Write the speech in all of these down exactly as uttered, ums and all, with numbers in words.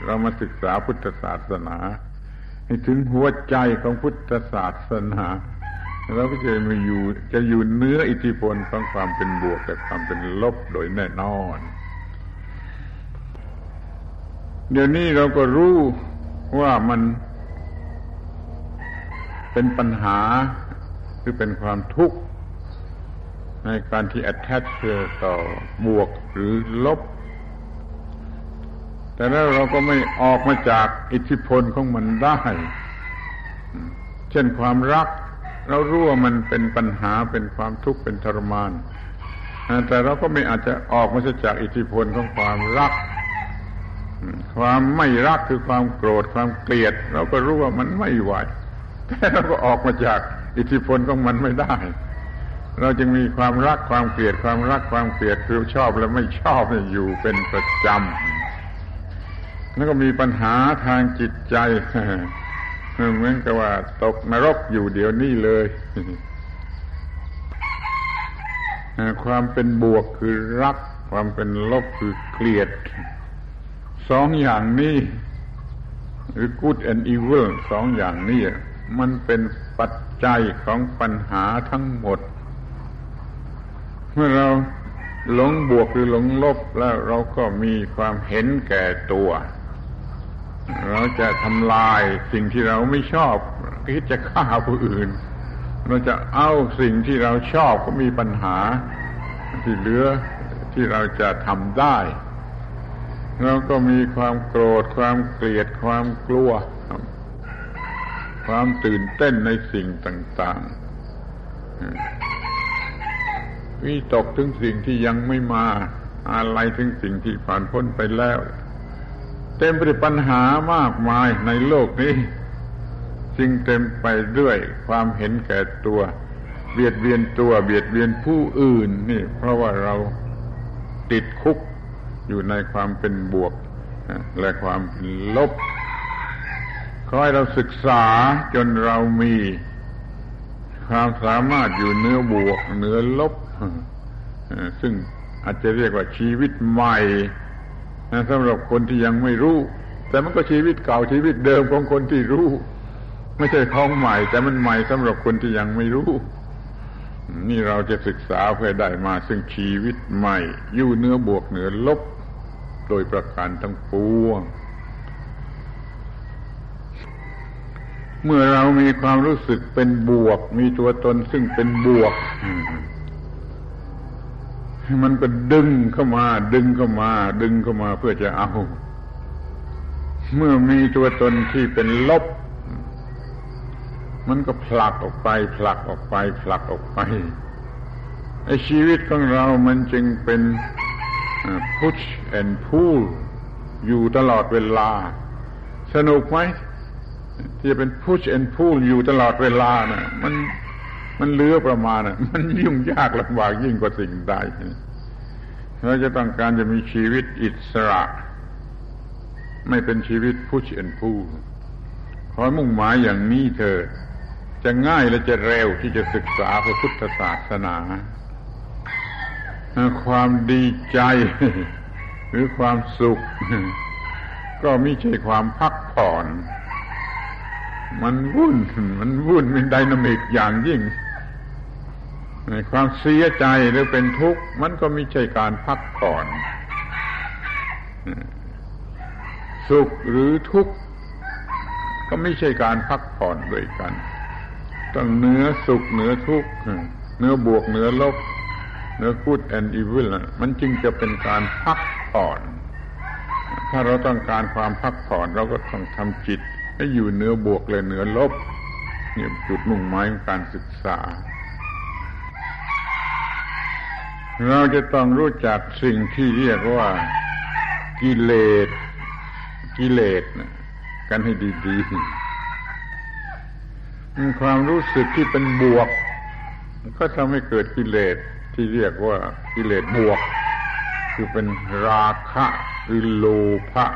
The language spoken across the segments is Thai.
เรามาศึกษาพุทธศาสนาให้ถึงหัวใจของพุทธศาสนาเราก็จะมาอยู่จะอยู่เนื้ออิทธิพลของความเป็นบวกกับความเป็นลบโดยแน่นอนเดี๋ยวนี้เราก็รู้ว่ามันเป็นปัญหาหรือเป็นความทุกข์ในการที่ attach ต่อบวกหรือลบแต่แล้วเราก็ไม่ออกมาจากอิทธิพลของมันได้เช่นความรักเรารู้ว่ามันเป็นปัญหาเป็นความทุกข์เป็นทรมานแต่เราก็ไม่อาจจะออกมาจากอิทธิพลของความรักความไม่รักคือความโกรธความเกลียดเราก็รู้ว่ามันไม่ไหวแต่เราก็ออกมาจากอิทธิพลของมันไม่ได้เราจึงมีความรักความเกลียดความรักความเกลียดคือชอบและไม่ชอบอยู่เป็นประจำแล้วก็มีปัญหาทางจิตใจเหมือนกับว่าตกนรกอยู่เดี๋ยวนี้เลยความเป็นบวกคือรักความเป็นลบคือเกลียดสองอย่างนี้หรือ good and evil สองอย่างนี้มันเป็นปัจจัยของปัญหาทั้งหมดเมื่อเราหลงบวกหรือหลงลบแล้วเราก็มีความเห็นแก่ตัวเราจะทำลายสิ่งที่เราไม่ชอบคิดจะฆ่าผู้อื่นเราจะเอาสิ่งที่เราชอบก็มีปัญหาที่เหลือที่เราจะทำได้เราก็มีความโกรธความเกลียดความกลัวความตื่นเต้นในสิ่งต่างๆวิตกถึงสิ่งที่ยังไม่มาอะไรถึงสิ่งที่ผ่านพ้นไปแล้วเต็มไปด้วยปัญหามากมายในโลกนี้จึงเต็มไปด้วยความเห็นแก่ตัวเบียดเบียนตัวเบียดเบียนผู้อื่นนี่เพราะว่าเราติดคุกอยู่ในความเป็นบวกและความเป็นลบขอให้เราศึกษาจนเรามีความสามารถอยู่เหนือบวกเหนือลบซึ่งอาจจะเรียกว่าชีวิตใหม่สำหรับคนที่ยังไม่รู้แต่มันก็ชีวิตเก่าชีวิตเดิมของคนที่รู้ไม่ใช่ของใหม่แต่มันใหม่สำหรับคนที่ยังไม่รู้นี่เราจะศึกษาเพื่อได้มาซึ่งชีวิตใหม่อยู่เหนือบวกเหนือลบโดยประการทั้งปวงเมื่อเรามีความรู้สึกเป็นบวกมีตัวตนซึ่งเป็นบวกมันก็ดึงเข้ามาดึงเข้ามาดึงเข้ามาเพื่อจะเอาเมื่อมีตัวตนที่เป็นลบมันก็ผลักออกไปผลักออกไปผลักออกไปไอ้ชีวิตของเรามันจึงเป็น push and pull อยู่ตลอดเวลาสนุกไหมที่จะเป็น push and pull อยู่ตลอดเวลาน่ะมันมันเหลือประมาณน่ะมันยุ่งยากลำบากยิ่งกว่าสิ่งใดเราจะต้องการจะมีชีวิตอิสระไม่เป็นชีวิต push and pull ขอมุ่งหมายอย่างนี้เถิดจะง่ายและจะเร็วที่จะศึกษาพระพุทธศาสนาความดีใจหรือความสุขก็ไม่ใช่ความพักผ่อนมันวุ่นมันวุ่นเป็นไดนามิกอย่างยิ่งความเสียใจหรือเป็นทุกข์มันก็ไม่ใช่การพักผ่อนสุขหรือทุกข์ก็ไม่ใช่การพักผ่อนด้วยกันต้องเหนือสุขเหนือทุกข์เหนือบวกเหนือลบเหนือ good and evil มันจึงจะเป็นการพักผ่อนถ้าเราต้องการความพักผ่อนเราก็ต้องทำจิตให้อยู่เหนือบวกและเหนือลบนี่จุดมุ่งหมายของการศึกษาเราจะต้องรู้จักสิ่งที่เรียกว่ากิเลสกิเลสกันให้ดีๆความรู้สึกที่เป็นบวกก็ทำให้เกิดกิเลสที่เรียกว่ากิเลสบวกคือเป็นราคะหรือโลภะ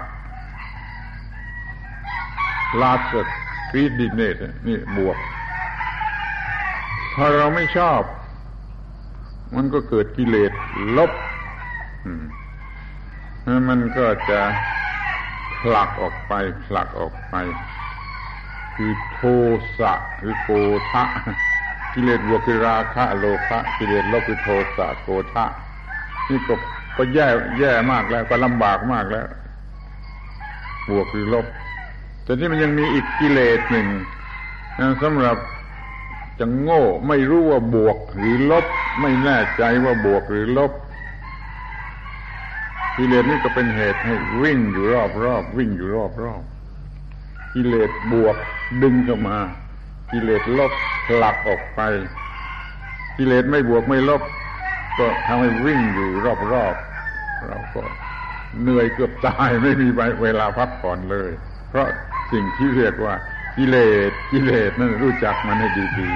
ลาสกรีดิเนสนี่บวกพอเราไม่ชอบมันก็เกิดกิเลสลบมันก็จะผลักออกไปผลักออกไปคือโทสะคือโกทะกิเลสบวกคือราคะโลภะกิเลสลบคือโทสะโกทะนี่ก็ก็แย่แย่มากแล้วก็ลำบากมากแล้วบวกคือลบแต่ที่มันยังมีอีกกิเลสหนึ่งสำหรับจะโง่ไม่รู้ว่าบวกหรือลบไม่แน่ใจว่าบวกหรือลบกิเลสนี่ก็เป็นเหตุให้วิ่งอยู่รอบๆวิ่งอยู่รอบๆกิเลสบวกดึงเข้ามากิเลสลบผลักออกไปกิเลสไม่บวกไม่ลบก็ทำให้วิ่งอยู่รอบๆเราก็เหนื่อยเกือบตายไม่มีเวลาพักผ่อนเลยเพราะสิ่งที่เรียกว่ากิเลสกิเลสนั่นรู้จักมันให้ดี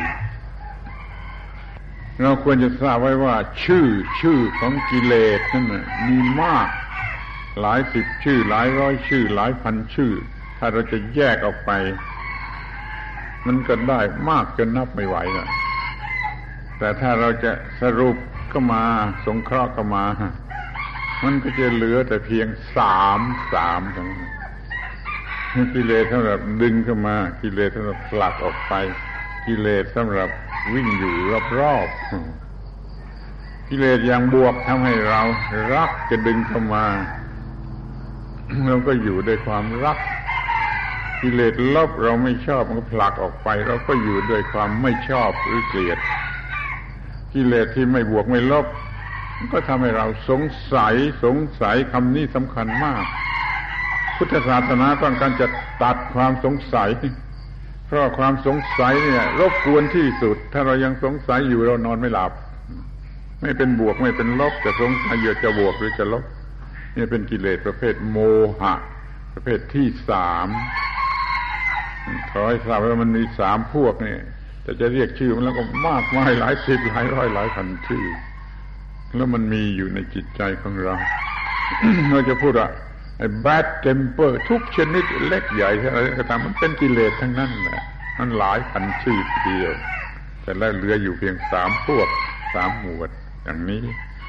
ๆเราควรจะทราบไว้ว่าชื่อชื่อของกิเลสนั่นน่ะมีมากหลายสิบชื่อหลายร้อยชื่อหลายพันชื่อถ้าเราจะแยกออกไปมันก็ได้มากจนนับไม่ไหวนะแต่ถ้าเราจะสรุปก็มาสงเคราะห์ก็มามันก็จะเหลือแต่เพียงสามสามเท่านั้นกิเลสสำหรับดึงเข้ามากิเลสสำหรับผลักออกไปกิเลสสำหรับวิ่งอยู่รอบๆกิเลสอย่างบวกทำให้เรารักจะดึงเข้ามาเราก็อยู่ด้วยความรักกิเลสลบเราไม่ชอบมันก็ผลักออกไปเราก็อยู่ด้วยความไม่ชอบหรือเกลียดกิเลสที่ไม่บวกไม่ลบมันก็ทำให้เราสงสัยสงสัยคำนี้สำคัญมากพุทธศาสนาต้องการจะตัดความสงสัยเพราะความสงสัยเนี่ยรบกวนที่สุดถ้าเรายังสงสัยอยู่เรานอนไม่หลับไม่เป็นบวกไม่เป็นลบจะสงสัยอยู่จะบวกหรือจะลบนี่เป็นกิเลสประเภทโมหะประเภทที่สามขอให้ทราบว่ามันมีสามพวกนี่แต่จะเรียกชื่อมันแล้วก็มากมายหลายสิบหลายร้อยหลายพันชื่อแล้วมันมีอยู่ในจิตใจของเรา เราจะพูดว่าไอ้ bad temper ทุกชนิดเล็กใหญ่อะไรก็ตามมันเป็นกิเลสทั้งนั้นแหละมันหลายพันชื่อทีเดียวแต่แล้วเหลืออยู่เพียงสามพวกสามหมวดอย่างนี้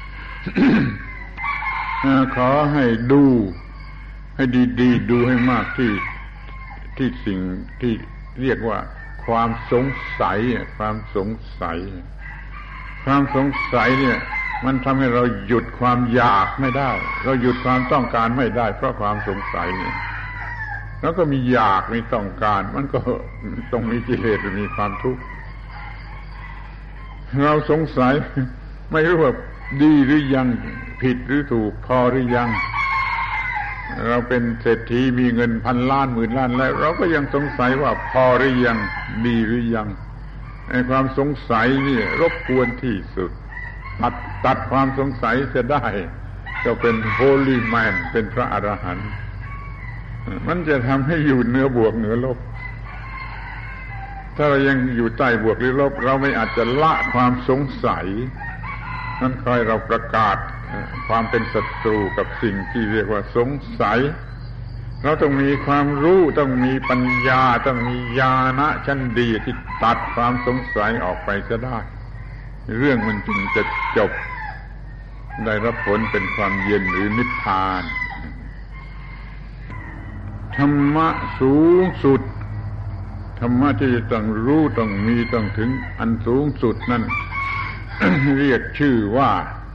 ขอให้ดูให้ดีๆดูให้มากที่ที่สิ่งที่เรียกว่าความสงสัยความสงสัยความสงสัยเนี่ยมันทำให้เราหยุดความอยากไม่ได้เราหยุดความต้องการไม่ได้เพราะความสงสัยนี่แล้วก็มีอยากมีต้องการมันก็ต้องมีกิเลสมีความทุกข์เราสงสัยไม่รู้ว่าดีหรือยังผิดหรือถูกพอหรือยังเราเป็นเศรษฐีมีเงินพันล้านหมื่นล้านแล้วเราก็ยังสงสัยว่าพอหรือยังดีหรือยังไอ้ความสงสัยนี่รบกวนที่สุดตัดตัดความสงสัยจะได้จะเป็น holy man เป็นพระอรหันต์มันจะทำให้อยู่เหนือบวกเหนือลบถ้าเรายังอยู่ใต้บวกหรือลบเราไม่อาจจะละความสงสัยนั่นคอยเราประกาศความเป็นศัตรูกับสิ่งที่เรียกว่าสงสัยเราต้องมีความรู้ต้องมีปัญญาต้องมีญาณชั้นดีที่ตัดความสงสัยออกไปจะได้เรื่องมันจึงจะจบได้รับผลเป็นความเย็นหรือนิพพานธรรมะสูงสุดธรรมะที่จะต้องรู้ต้องมีต้องถึงอันสูงสุดนั่น เรียกชื่อว่า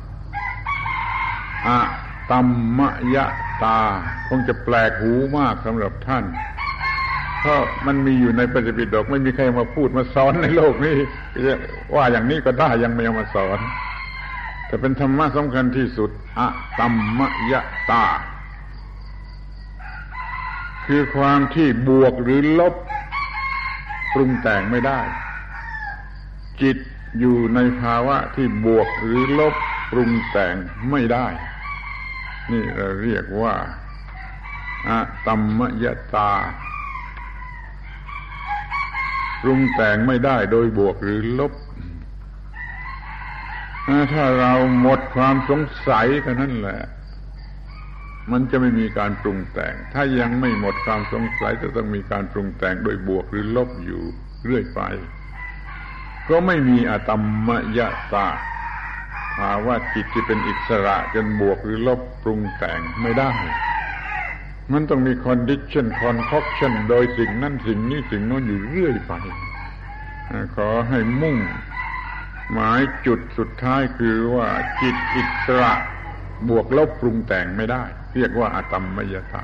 อะตัมมยตาคงจะแปลกหูมากสำหรับท่านเพราะมันมีอยู่ในพระไตรปิฎกไม่มีใครมาพูดมาสอนในโลกนี้ว่าอย่างนี้ก็ได้ยังไม่เอามาสอนแต่เป็นธรรมะสำคัญที่สุดอะตัมมยตาคือความที่บวกหรือลบปรุงแต่งไม่ได้จิตอยู่ในภาวะที่บวกหรือลบปรุงแต่งไม่ได้นี่เราเรียกว่าอะตัมมยตาปรุงแต่งไม่ได้โดยบวกหรือลบถ้าเราหมดความสงสัยเท่านั้นแหละมันจะไม่มีการปรุงแต่งถ้ายังไม่หมดความสงสัยจะต้องมีการปรุงแต่งโดยบวกหรือลบอยู่เรื่อยไปก็ไม่มีอะตัมมยตาภาวะจิตที่เป็นอิสระจนบวกหรือลบปรุงแต่งไม่ได้มันต้องมี condition concoction โดยสิ่งนั้นสิ่งนี้สิ่งโน้นอยู่เรื่อยไปขอให้มุ่งหมายจุดสุดท้ายคือว่าจิตอิสระบวกลบปรุงแต่งไม่ได้เรียกว่าอตัมมยตา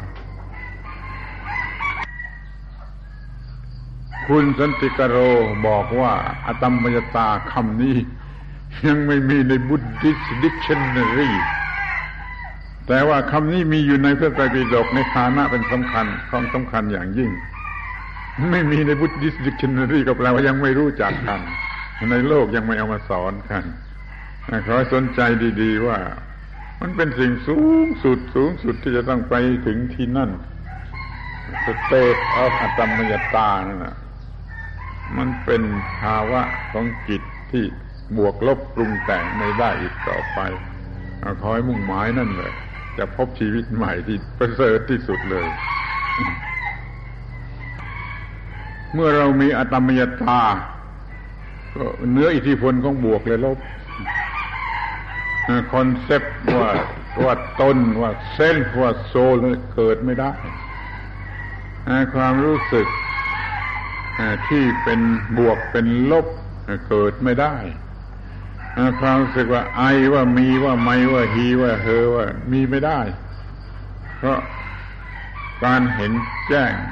คุณสันติกโรบอกว่าอตัมมยตาคำนี้ยังไม่มีใน Buddhist Dictionary แต่ว่าคำนี้มีอยู่ในพระไตรปิฎกในฐานะเป็นสำคัญของสำคัญอย่างยิ่งไม่มีใน Buddhist Dictionary ก็แปลว่ายังไม่รู้จักกันในโลกยังไม่เอามาสอนกันขอให้สนใจดีๆว่ามันเป็นสิ่งสูงสุดสูงสุดที่จะต้องไปถึงที่นั่น State of อตัมมยตานั่นน่ะมันเป็นภาวะของจิตที่บวกลบปรุงแต่งไม่ได้อีกต่อไปขอให้มุ่งหมายนั่นเลยจะพบชีวิตใหม่ที่ประเสริฐที่สุดเลยเมื่อเรามีอตัมมยตาก็เหนืออิทธิพลของบวกและลบคอนเซปต์ว่าว่าตนว่าเซลฟ์ว่าโซลเกิดไม่ได้ความรู้สึกที่เป็นบวกเป็นลบเกิดไม่ได้ความรู้สึกว่าไอว่ามีว่าไม่ว่าฮีว่าเฮอว่ามีไม่ได้เพราะการเห็นแจ้ง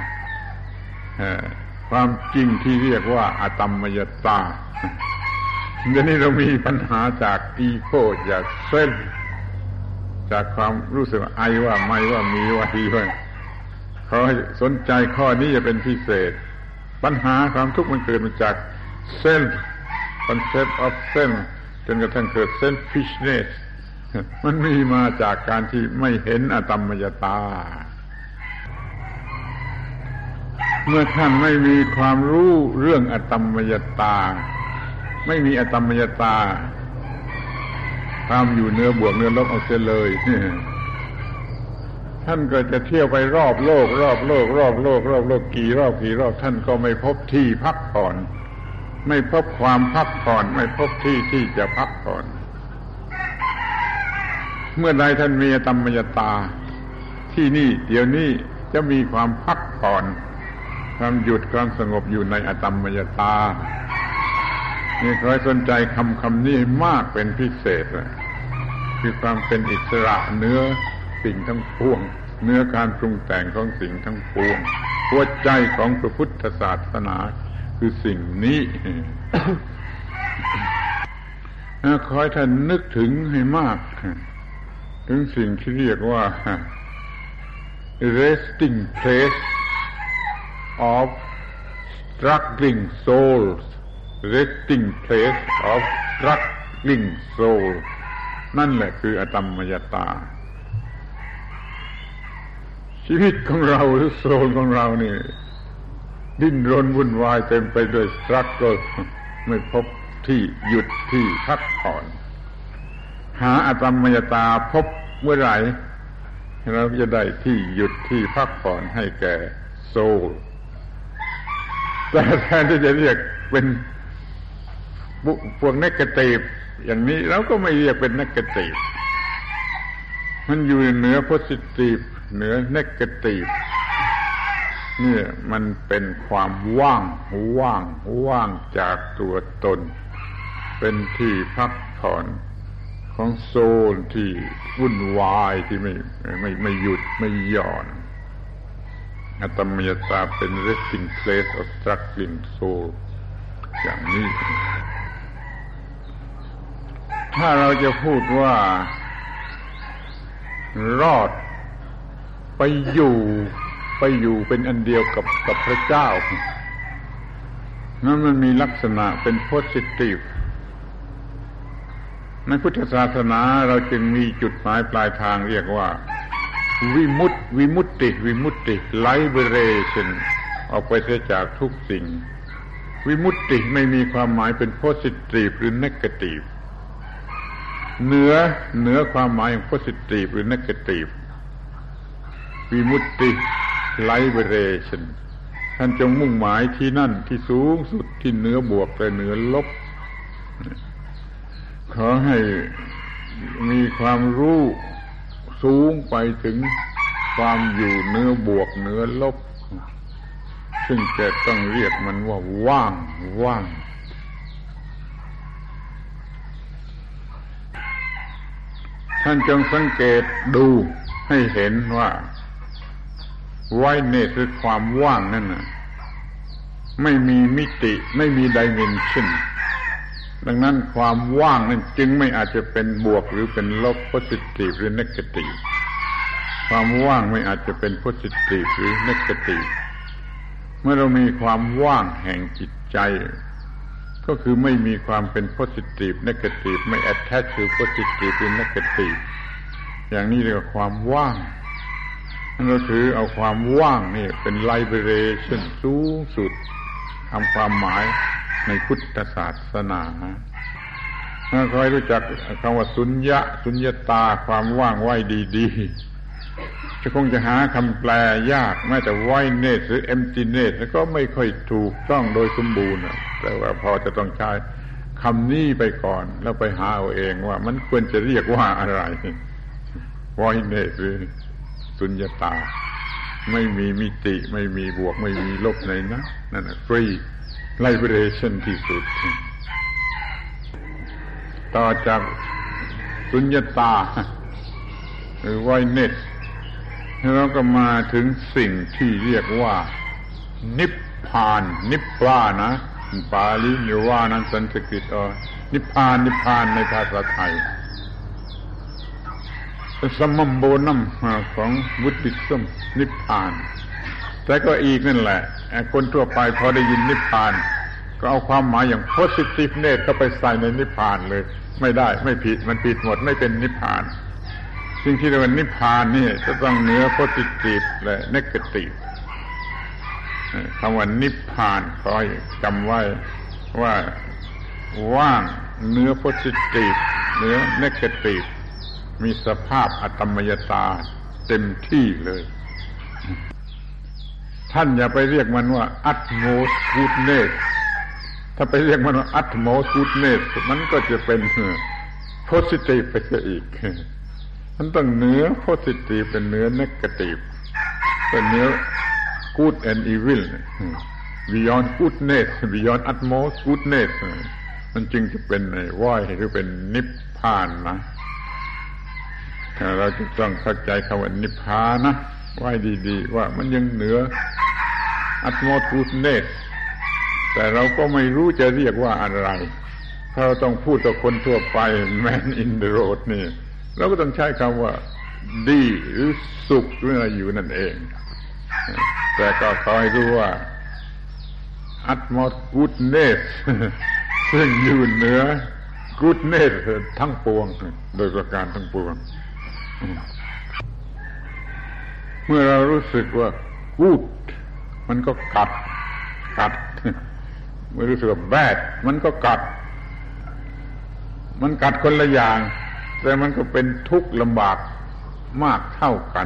ความจริงที่เรียกว่าอตัมมยตาเดี๋ยวนี้เรามีปัญหาจากอีโก้จากเซลฟ์จากความรู้สึกว่าไอว่าไม่ว่ามีว่าฮีว่าขอให้สนใจข้อนี้จะเป็นพิเศษปัญหาความทุกข์มันเกิดมาจากเซลฟ์ concept of self จนกระทั่งเกิด selfishness มันมีมาจากการที่ไม่เห็นอตัมมยตาเมื่อท่านไม่มีความรู้เรื่องอตัมมยตาไม่มีอตัมมยตาความอยู่เนื้อบวกเนื้อลบเอาเสียเลยท่านก็จะเที่ยวไปรอบโลกรอบโลกรอบโลกรอบโลกกี่รอบกี่รอบท่านก็ไม่พบที่พักผ่อนไม่พบความพักผ่อนไม่พบที่ที่จะพักผ่อนเมื่อใดท่านมีอตัมมยตาที่นี่เดี๋ยวนี้จะมีความพักผ่อนความหยุดความสงบอยู่ในอตัมมยตานี่ขอให้สนใจคำคำนี้มากเป็นพิเศษเลยคือความเป็นอิสระเนื้อสิ่งทั้งปวงเนื้อการปรุงแต่งของสิ่งทั้งปวงหัวใจของพระพุทธศาสนาคือสิ่งนี้ ขอให้ท่านนึกถึงให้มากถึงสิ่งที่เรียกว่า resting place of struggling souls resting place of struggling soul นั่นแหละคืออตัมมยตาชีวิตของเราหรือโซลของเรานี่ดิ้นรนวุ่นวายเต็มไปด้วยสตรักเกิลไม่พบที่หยุดที่พักผ่อนหาอตัมมยตาพบเมื่อไหร่เราจะได้ที่หยุดที่พักผ่อนให้แก่โซลแต่แทนที่จะเรียกเป็นพวกเนกาทีฟอย่างนี้เราก็ไม่เรียกเป็นเนกาทีฟมันอยู่เหนือโพสิทีฟเหนือเนกาทีฟเนี่ยมันเป็นความว่างว่างว่างจากตัวตนเป็นที่พักผ่อนของโซลที่วุ่นวายที่ไม่ไม่ไม่หยุดไม่หย่อนอตัมมยตาเป็น resting place of struggling soul อย่างนี้ถ้าเราจะพูดว่ารอดไปอยู่ไปอยู่เป็นอันเดียวกับกับพระเจ้านั้นมันมีลักษณะเป็น positive ในพุทธศาสนาเราจึงมีจุดหมายปลายทางเรียกว่าวิมุตติวิมุตติวิมุตติ liberation ออกไปเสียจากทุกสิ่งวิมุตติไม่มีความหมายเป็น positive หรือ negative เหนือเหนือความหมายของ positive หรือ negative วิมุตติ liberation ท่านจงมุ่งหมายที่นั่นที่สูงสุดที่เหนือบวกและเหนือลบขอให้มีความรู้สูงไปถึงปความอยู่เหนือบวกเหนือลบซึ่งจะต้องเรียกมันว่าว่างว่างท่านจงสังเกตดูให้เห็นว่าไว้เนตหรือความว่างนั่นน่ะไม่มีมิติไม่มีไดเมนชั่นดังนั้นความว่างนั้นจึงไม่อาจจะเป็นบวกหรือเป็นลบ positive หรือ negative ความว่างไม่อาจจะเป็น positive หรือ negative เมื่อเรามีความว่างแห่งจิตใจก็คือไม่มีความเป็น positive negative ไม่ attach หรือ positive หรือ negative อย่างนี้เรียกว่าความว่างเราถือเอาความว่างนี่เป็น liberation สูงสุดทำความหมายในพุทธศาสนาถ้าใครรู้จักคำว่าสุญญะสุญญตาความว่างไว้ดีๆจะคงจะหาคำแปลยากแม้แต่ voidness หรือ emptiness ก็ไม่ค่อยถูกต้องโดยสมบูรณ์แต่ว่าพอจะต้องใช้คำนี้ไปก่อนแล้วไปหาเอาเองว่ามันควรจะเรียกว่าอะไร voidness หรือสุญญตาไม่มีมิติไม่มีบวกไม่มีลบในนะนั่นน่ะ free liberation ที่สุดต่อจากสุญญตาหรือ voidness เราก็มาถึงสิ่งที่เรียกว่านิพพานนิพพานะปาลีนิวานันสันสกฤตอ๋อนิพพานนิพพานในภาษาไทยสมัมโบนัมของบุตติซึมนิพพานแต่ก็อีกนั่นแหละคนทั่วไปพอได้ยินนิพพานก็เอาความหมายอย่าง positiveness เข้าไปใส่ในนิพพานเลยไม่ได้ไม่ผิดมันผิดหมดไม่เป็นนิพพานสิ่งที่เรียกว่านิพพานนี่จะต้องเหนือ positive และ negative คำว่านิพพานขอให้จำไว้ว่าว่างเหนือ positive เหนือ negativeมีสภาพอตมยตาเต็มที่เลยท่านอย่าไปเรียกมันว่า utmost goodness ถ้าไปเรียกมันว่า utmost goodness มันก็จะเป็น positive ไปซะอีกมันต้องเหนือ positive เป็นเหนือ negative เป็นเหนือ good and evil beyond goodness beyond utmost goodness มันจึงจะเป็นไอ้ว่ายหรือเป็นนิพพานนะเราจะต้องเข้าใจคำว่านิพพานนะไว้ดีๆว่ามันยังเหนือ utmost goodness แต่เราก็ไม่รู้จะเรียกว่าอะไรถ้าเราต้องพูดกับคนทั่วไป man in the road นี่เราก็ต้องใช้คำว่าดีหรือสุขหรืออะไรอยู่นั่นเองแต่ก็ขอให้รู้ว่า utmost goodness ซึ่งอยู่เหนือ goodness ทั้งปวงโดยประการทั้งปวงเมื่อเรารู้สึกว่า good มันก็กัดกัดเมื่อรู้สึกว่า bad มันก็กัดมันกัดคนละอย่างแต่มันก็เป็นทุกข์ลำบากมากเท่ากัน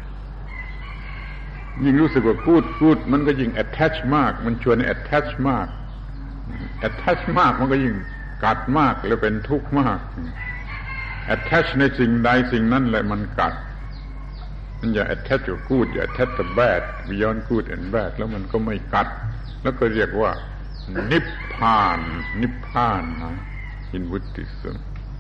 ยิ่งรู้สึกว่า good good มันก็ยิ่ง attach มากมันชวนให้ attach มาก attach มากมันก็ยิ่งกัดมากแล้วเป็นทุกข์มากattach ในสิ่งใดสิ่งนั้นแหละมันกัดมันอย่า attach กับ good อย่า attach กับ bad beyond good and bad แล้วมันก็ไม่กัดแล้วก็เรียกว่านิพพานนิพพานนะ in Buddhism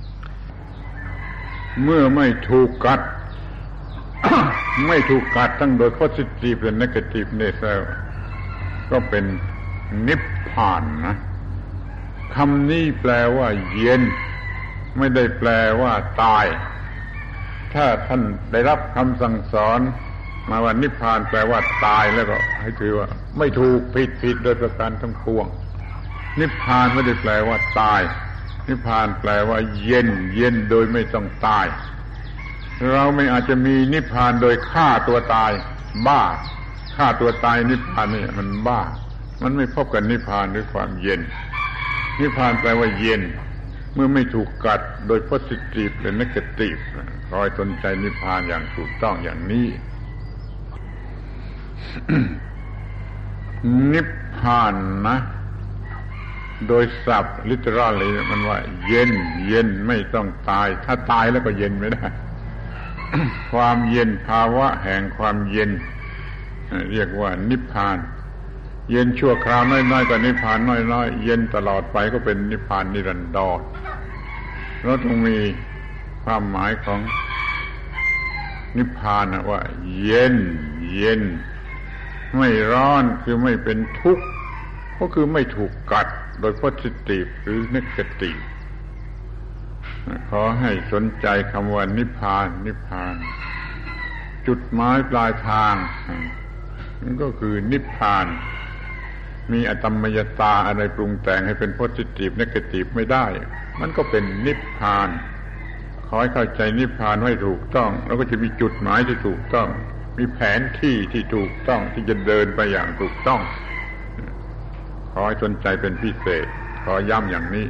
เมื่อไม่ถูกกัด ไม่ถูกกัดทั้งโดย positive และ negative เนี่ยก็เป็นนิพพานนะคำนี้แปลว่าเย็นไม่ได้แปลว่าตายถ้าท่านได้รับคำสั่งสอนมาว่านิพพานแปลว่าตายแล้วก็ให้ถือว่าไม่ถูกผิดผิดโดยประการทั้งปวงนิพพานไม่ได้แปลว่าตายนิพพานแปลว่าเย็นเย็นโดยไม่ต้องตายเราไม่อาจจะมีนิพพานโดยฆ่าตัวตายบ้าฆ่าตัวตายนิพพานนี่มันบ้ามันไม่พบกับนิพพานด้วยความเย็นนิพพานแปลว่าเย็นเมื่อไม่ถูกกัดโดย positive หรือ negative คอยสนใจนิพพานอย่างถูกต้องอย่างนี้ นิพพานนะโดยศัพท์ literally มันว่าเย็นเย็นไม่ต้องตายถ้าตายแล้วก็เย็นไม่ได้ความเย็นภาวะแห่งความเย็นเรียกว่านิพพานเย็นชั่วคราวน้อยๆก็นิพพานน้อยๆเย็นตลอดไปก็เป็นนิพพานนิรันดรเราต้องมีความหมายของนิพพานนะว่าเย็นเย็นไม่ร้อนคือไม่เป็นทุกข์ก็คือไม่ถูกกัดโดย positive หรือ negative ขอให้สนใจคำว่านิพพานนิพพานจุดหมายปลายทางนั่นก็คือนิพพานมีอตมยตาอะไรปรุงแต่งให้เป็น positive negative ไม่ได้มันก็เป็นนิพพานขอให้เข้าใจนิพพานให้ถูกต้องแล้วก็จะมีจุดหมายที่ถูกต้องมีแผนที่ที่ถูกต้องที่จะเดินไปอย่างถูกต้องขอให้สนใจเป็นพิเศษขอย้ำอย่างนี้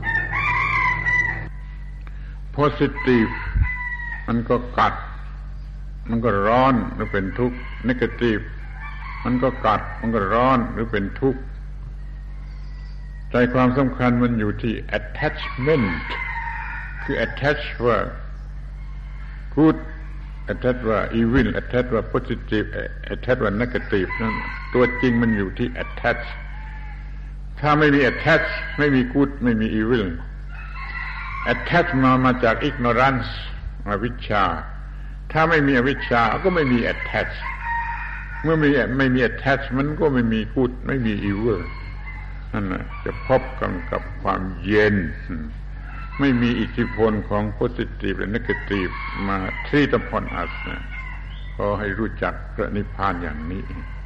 positive มันก็กัดมันก็ร้อนหรือเป็นทุกข์ negative มันก็กัดมันก็ร้อนหรือเป็นทุกข์ใจความสำคัญมันอยู่ที่ attachment คือ attach ว่า good attach ว่า evil attach ว่า positive attach ว่า negative นั่นตัวจริงมันอยู่ที่ attach ถ้าไม่มี attach ไม่มี good ไม่มี evil attach มามาจาก ignorance อวิชชาถ้าไม่มีอวิชชาก็ไม่มี attach เมื่อมีไม่มี attach มันก็ไม่มี good ไม่มี evil นั่นน่ะจะพบกันกับความเย็นไม่มีอิทธิพลของ positive และ negative มา treat upon us นะขอให้รู้จักพระนิพพานอย่างนี้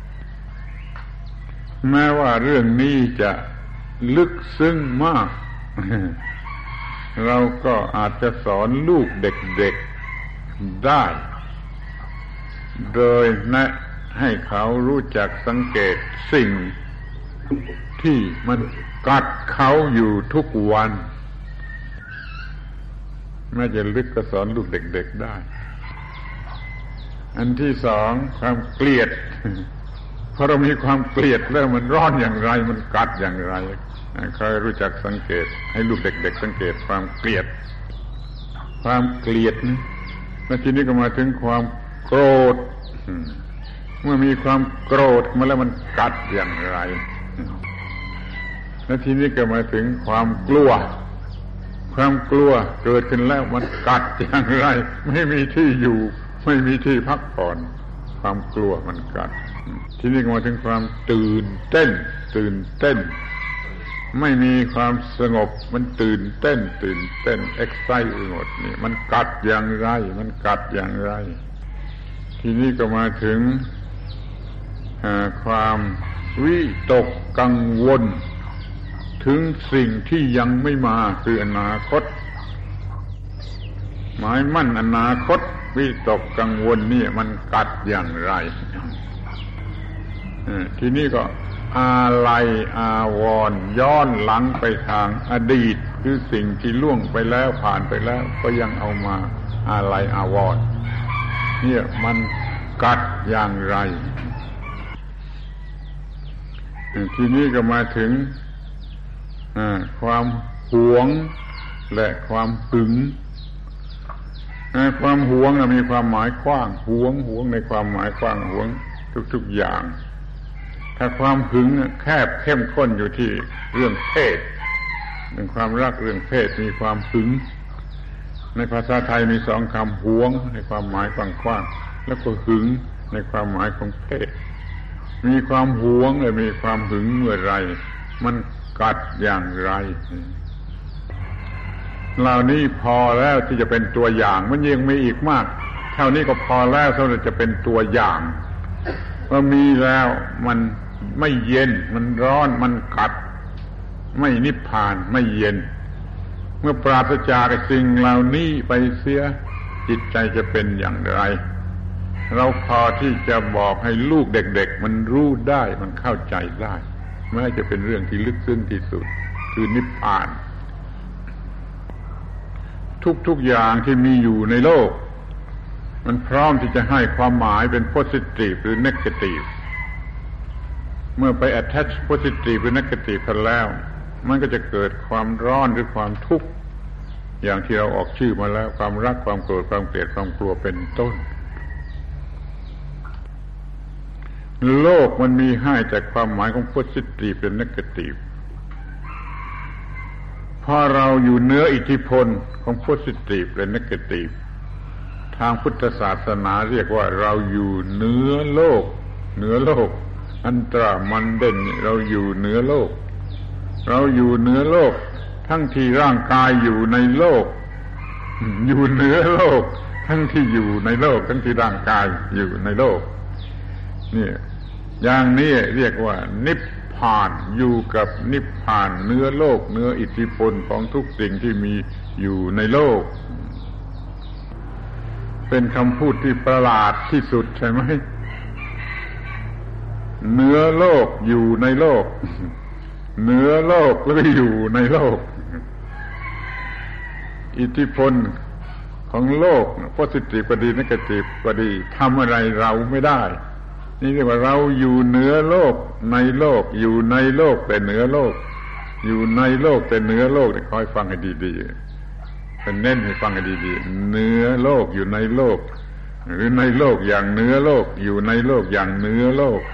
แม้ว่าเรื่องนี้จะลึกซึ้งมากเราก็อาจจะสอนลูกเด็กๆได้โดยแนะให้เขารู้จักสังเกตสิ่งที่มันกัดเขาอยู่ทุกวันแม้จะลึกก็สอนลูกเด็กๆได้อันที่สองความเกลียดพอเรามีความเกลียดแล้วมันร้อนอย่างไรมันกัดอย่างไรใครรู้จักสังเกตให้ลูกเด็กๆสังเกตความเกลียดความเกลียดนะแล้วทีนี้ก็มาถึงความโกรธเมื่อมีความโกรธมาแล้วมันกัดอย่างไรแล้วทีนี้ก็มาถึงความกลัวความกลัวเกิดขึ้นแล้วมันกัดอย่างไรไม่มีที่อยู่ไม่มีที่พักผ่อนความกลัวมันกัดทีนี้ก็มาถึงความตื่นเต้นตื่นเต้นไม่มีความสงบมันตื่นเต้นตื่นเต้น excite ไปหมดนี่มันกัดอย่างไรมันกัดอย่างไรทีนี้ก็มาถึงความวิตกกังวลถึงสิ่งที่ยังไม่มาคืออนาคตหมายมั่นอนาคตวิตกกังวลนี่มันกัดอย่างไรทีนี้ก็อาลัยอาวรณ์ย้อนหลังไปทางอดีตคือสิ่งที่ล่วงไปแล้วผ่านไปแล้วก็ยังเอามาอาลัยอาวรณ์เนี่ยมันกัดอย่างไรทีนี้ก็มาถึงความหวงและความหึงความหวงมีความหมายกว้างหวงหวงในความหมายกว้างหวงทุกๆอย่างถ้าความหึงแคบเข้มข้นอยู่ที่เรื่องเพศเรื่องความรักเรื่องเพศมีความหึงในภาษาไทยมีสองคำหวงในความหมายกว้างๆแล้วก็หึงในความหมายของเพศมีความหวงและมีความหึงเมื่อไรมันกัดอย่างไรเหล่านี้พอแล้วที่จะเป็นตัวอย่างมันยังมีอีกมากเท่านี้ก็พอแล้วสำหรับจะเป็นตัวอย่างว่ามีแล้วมันไม่เย็นมันร้อนมันกัดไม่นิพพานไม่เย็นเมื่อปราศจากสิ่งเหล่านี้ไปเสียจิตใจจะเป็นอย่างไรเราพอที่จะบอกให้ลูกเด็กๆมันรู้ได้มันเข้าใจได้แม้จะเป็นเรื่องที่ลึกซึ้งที่สุดคือนิพพานทุกๆอย่างที่มีอยู่ในโลกมันพร้อมที่จะให้ความหมายเป็น positive หรือ negative เมื่อไป attach positive หรือ negative กันแล้วมันก็จะเกิดความร้อนหรือความทุกข์อย่างที่เราออกชื่อมาแล้วความรักความโกรธความเกลียดความกลัวเป็นต้นโลกมันมีให้แต่ความหมายของ positive และ negative พอเราอยู่เหนืออิทธิพลของ positive และ negative ทางพุทธศาสนาเรียกว่าเราอยู่เหนือโลกเหนือโลกอันตรามันเด่นเราอยู่เหนือโลกเราอยู่เหนือโลกทั้งที่ร่างกายอยู่ในโลกอยู่เหนือโลกทั้งที่อยู่ในโลกทั้งที่ร่างกายอยู่ในโลกนี่อย่างนี้เรียกว่านิพพานอยู่กับนิพพานเหนือโลกเหนืออิทธิพลของทุกสิ่งที่มีอยู่ในโลกเป็นคำพูดที่ประหลาดที่สุดใช่ไหมเหนือโลกอยู่ในโลกเหนือโลกแล้วก็อยู่ในโลกอิทธิพลของโลก positive ก็ดี negative ก็ดีทำอะไรเราไม่ได้นี่เรียกว่าเราอยู่เหนือโลกในโลกอยู่ในโลกแต่เหนือโลกอยู่ในโลกแต่เหนือโลกนี่คอยฟังให้ดีๆเป็นเน้นให้ฟังให้ดีๆเหนือโลกอยู่ในโลกหรือในโลกอย่างเหนือโลกอยู่ในโลกอย่างเหนือโลก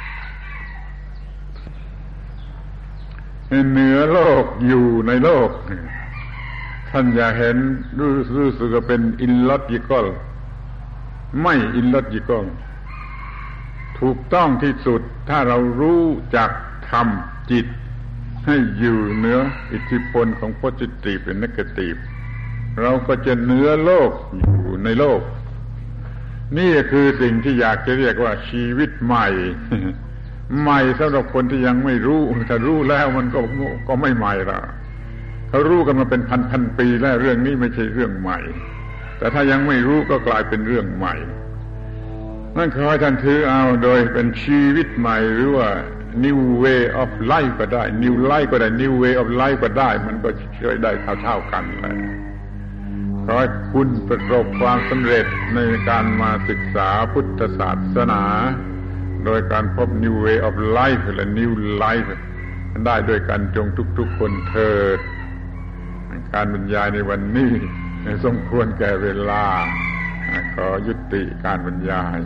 เหนือโลกอยู่ในโลกท่านอย่าเห็นรู้รู้สึกว่าเป็น illogical ไม่ illogical ถูกต้องที่สุดถ้าเรารู้จักทำจิตให้อยู่เหนืออิทธิพลของ positive และ negative เราก็จะเหนือโลกอยู่ในโลกนี่คือสิ่งที่อยากจะเรียกว่าชีวิตใหม่ใหม่สำหรับคนที่ยังไม่รู้ถ้ารู้แล้วมันก็ก็ไม่ใหม่ละเขารู้กันมาเป็นพันๆปีแล้วเรื่องนี้ไม่ใช่เรื่องใหม่แต่ถ้ายังไม่รู้ก็กลายเป็นเรื่องใหม่นั่นขอให้ท่านถือเอาโดยเป็นชีวิตใหม่หรือว่า new way of life ก็ได้ new life ก็ได้ new way of life ก็ได้มันก็ช่วยได้เท่าๆกันแหละขอให้คุณประสบความสำเร็จในการมาศึกษาพุทธศาสนาโดยการพบ new way of life และ new life ได้ด้วยกันจงทุกๆคนเถิดการบรรยายในวันนี้สมควรแก่เวลาขอยุติการบรรยาย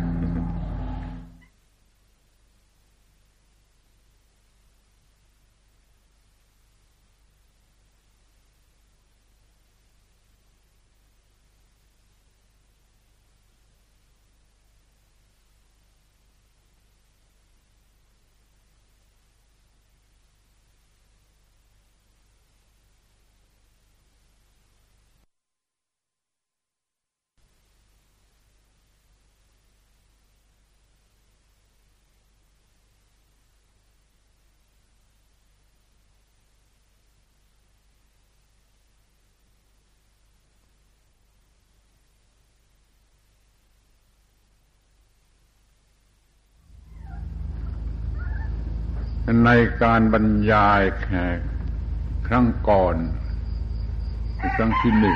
ในการบรรยายครั้งก่อนครั้งที่หนึ่ง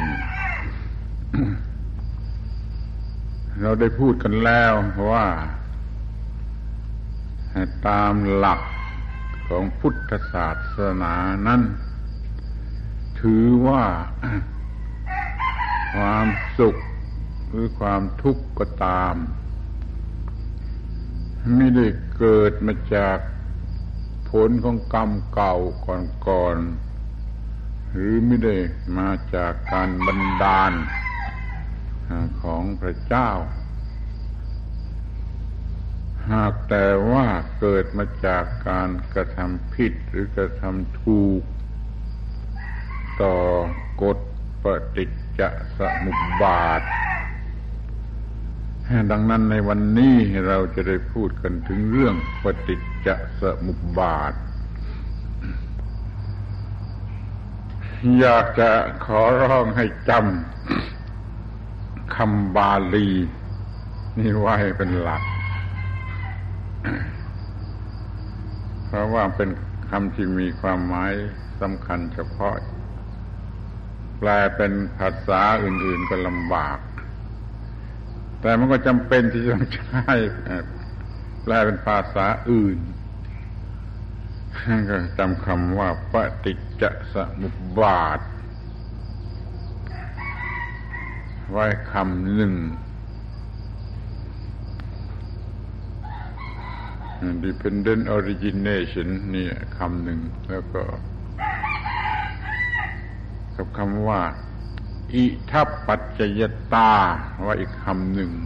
เราได้พูดกันแล้วว่าตามหลักของพุทธศาสนานั้นถือว่าความสุขหรือความทุกข์ก็ตามไม่ได้เกิดมาจากผลของกรรมเก่าก่อนๆหรือไม่ได้มาจากการบันดาลของพระเจ้าหากแต่ว่าเกิดมาจากการกระทำผิดหรือกระทำถูกต่อกฎปฏิจจสมุปบาทดังนั้นในวันนี้เราจะได้พูดกันถึงเรื่องปฏิจจสมุปบาทอยากจะขอร้องให้จำคำบาลีนี่ไว้เป็นหลักเพราะว่าเป็นคำที่มีความหมายสำคัญเฉพาะแปลเป็นภาษาอื่นๆก็ลำบากแต่มันก็จำเป็นที่จะต้องใช้แปลเป็นภาษาอื่นก็จำคำว่าปฏิจจสมุปบาทไว้คำหนึ่ง dependent origination นี่คำหนึ่งแล้วก็กับคำว่าอิทัปปัจจยตาว่าอีกคำหนึ่ง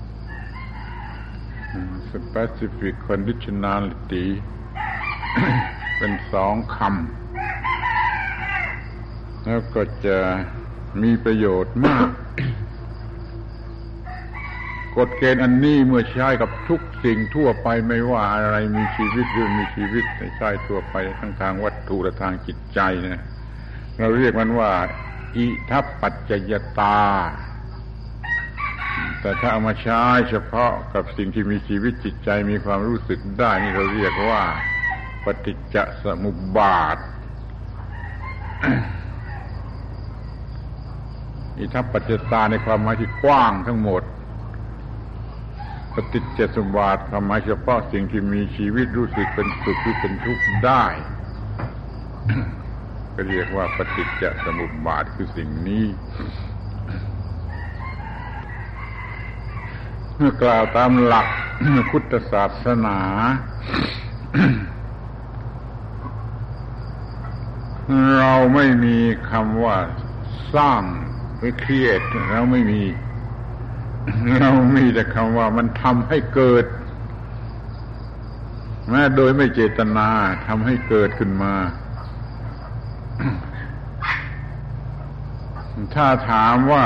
specific conditionality เป็นสองคำแล้วก็จะมีประโยชน์มาก กฎเกณฑ์อันนี้เมื่อใช้กับทุกสิ่งทั่วไปไม่ว่าอะไรมีชีวิตหรือมีชีวิตใช้ทั่วไปทั้งทางวัตถุและทางจิตใจเนี่ยเราเรียกมันว่าอิทัปปัจจยตาแต่ถ้าเอามาใช้เฉพาะกับสิ่งที่มีชีวิตจิตใจมีความรู้สึกได้นี่เราเรียกว่าปฏิจจสมุปบาท อิทัปปัจจยตาในความหมายที่กว้างทั้งหมดปฏิจจสมุปบาทความหมายเฉพาะสิ่งที่มีชีวิตรู้สึกเป็นสุขหรือเป็นทุกข์ได้ ก็เรียกว่าปฏิจจสมุปบาทคือสิ่งนี้เมื่อกล่าวตามหลักพุทธศาสนา เราไม่มีคำว่าสร้างหรือ create เราไม่มีเรามีแต่คำว่ามันทำให้เกิดแม้โดยไม่เจตนาทำให้เกิดขึ้นมาถ้าถามว่า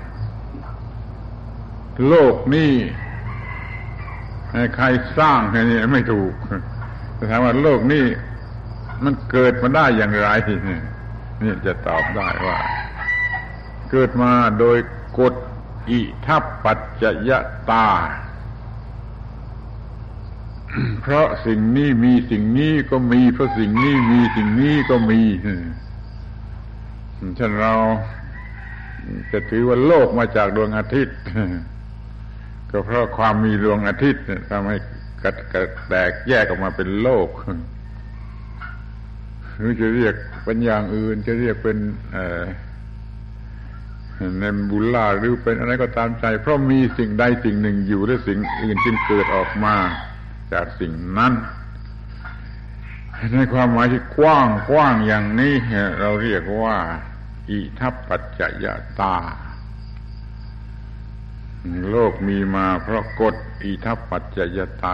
โลกนี้ใครสร้างแค่นี้ไม่ถูกถ้าถามว่าโลกนี้มันเกิดมาได้อย่างไรนี่จะตอบได้ว่าเกิดมาโดยกฎอิทัปปัจจยตา เพราะสิ่งนี้มีสิ่งนี้ก็มีเพราะสิ่งนี้มีสิ่งนี้ก็มีฉะนั้นเราจะถือว่าโลกมาจากดวงอาทิตย์ก็เพราะความมีดวงอาทิตย์ทำให้กัดกัดแตกแยกออกมาเป็นโลกหรือจะเรียกเป็นอย่างอื่นจะเรียกเป็นเอ่อเนบูล่าหรือเป็นอะไรก็ตามใจเพราะมีสิ่งใดสิ่งหนึ่งอยู่และสิ่งอื่นจึงเกิดออกมาจากสิ่งนั้นในความหมายที่กว้างกว้างอย่างนี้เราเรียกว่าอิทัปปัจจยตาโลกมีมาเพราะกฎอิทัปปัจจยตา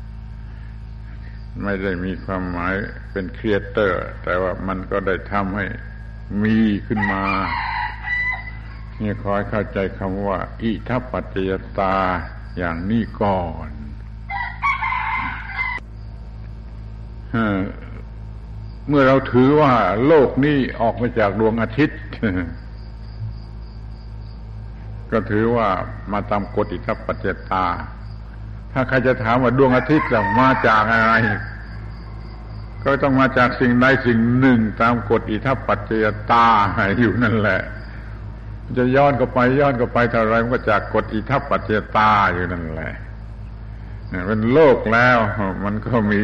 ไม่ได้มีความหมายเป็นครีเอเตอร์แต่ว่ามันก็ได้ทำให้มีขึ้นมานี่ขอให้เข้าใจคำว่าอิทัปปัจจยตาอย่างนี้ก่อนเมื่อเราถือว่าโลกนี้ออกมาจากดวงอาทิตย์ก็ถือว่ามาตามกฎอิทัปปัจจยตาถ้าใครจะถามว่าดวงอาทิตย์จะมาจากอะไรก็ต้องมาจากสิ่งใดสิ่งหนึ่งตามกฎอิทัปปัจจยตาอยู่นั่นแหละจะย้อนก็ไปย้อนก็ไปเท่าไรมันก็จากกฎอิทัปปัจจยตาอยู่นั่นแหละเป็นโลกแล้วมันก็มี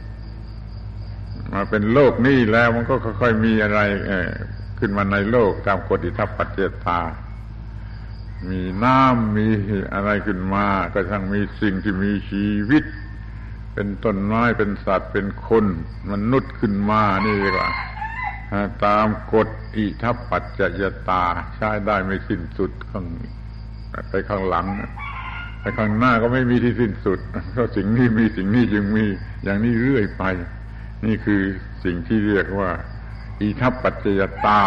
มาเป็นโลกนี้แล้วมันก็ค่อยๆมีอะไรขึ้นมาในโลกตามกฎอิทัปปัจจยตามีน้ำมีอะไรขึ้นมาก็ทั้งมีสิ่งที่มีชีวิตเป็นต้นไม้เป็นสัตว์เป็นคนมนุษย์ขึ้นมานี่ดีกว่าตามกฎอิทัปปัจจยตาใช้ได้ไม่สิ้นสุดข้างไปข้างหลังไปข้างหน้าก็ไม่มีที่สิ้นสุดเพราะสิ่งนี้มีสิ่งนี้จึงมีอย่างนี้เรื่อยไปนี่คือสิ่งที่เรียกว่าอิทัปปัจจยตา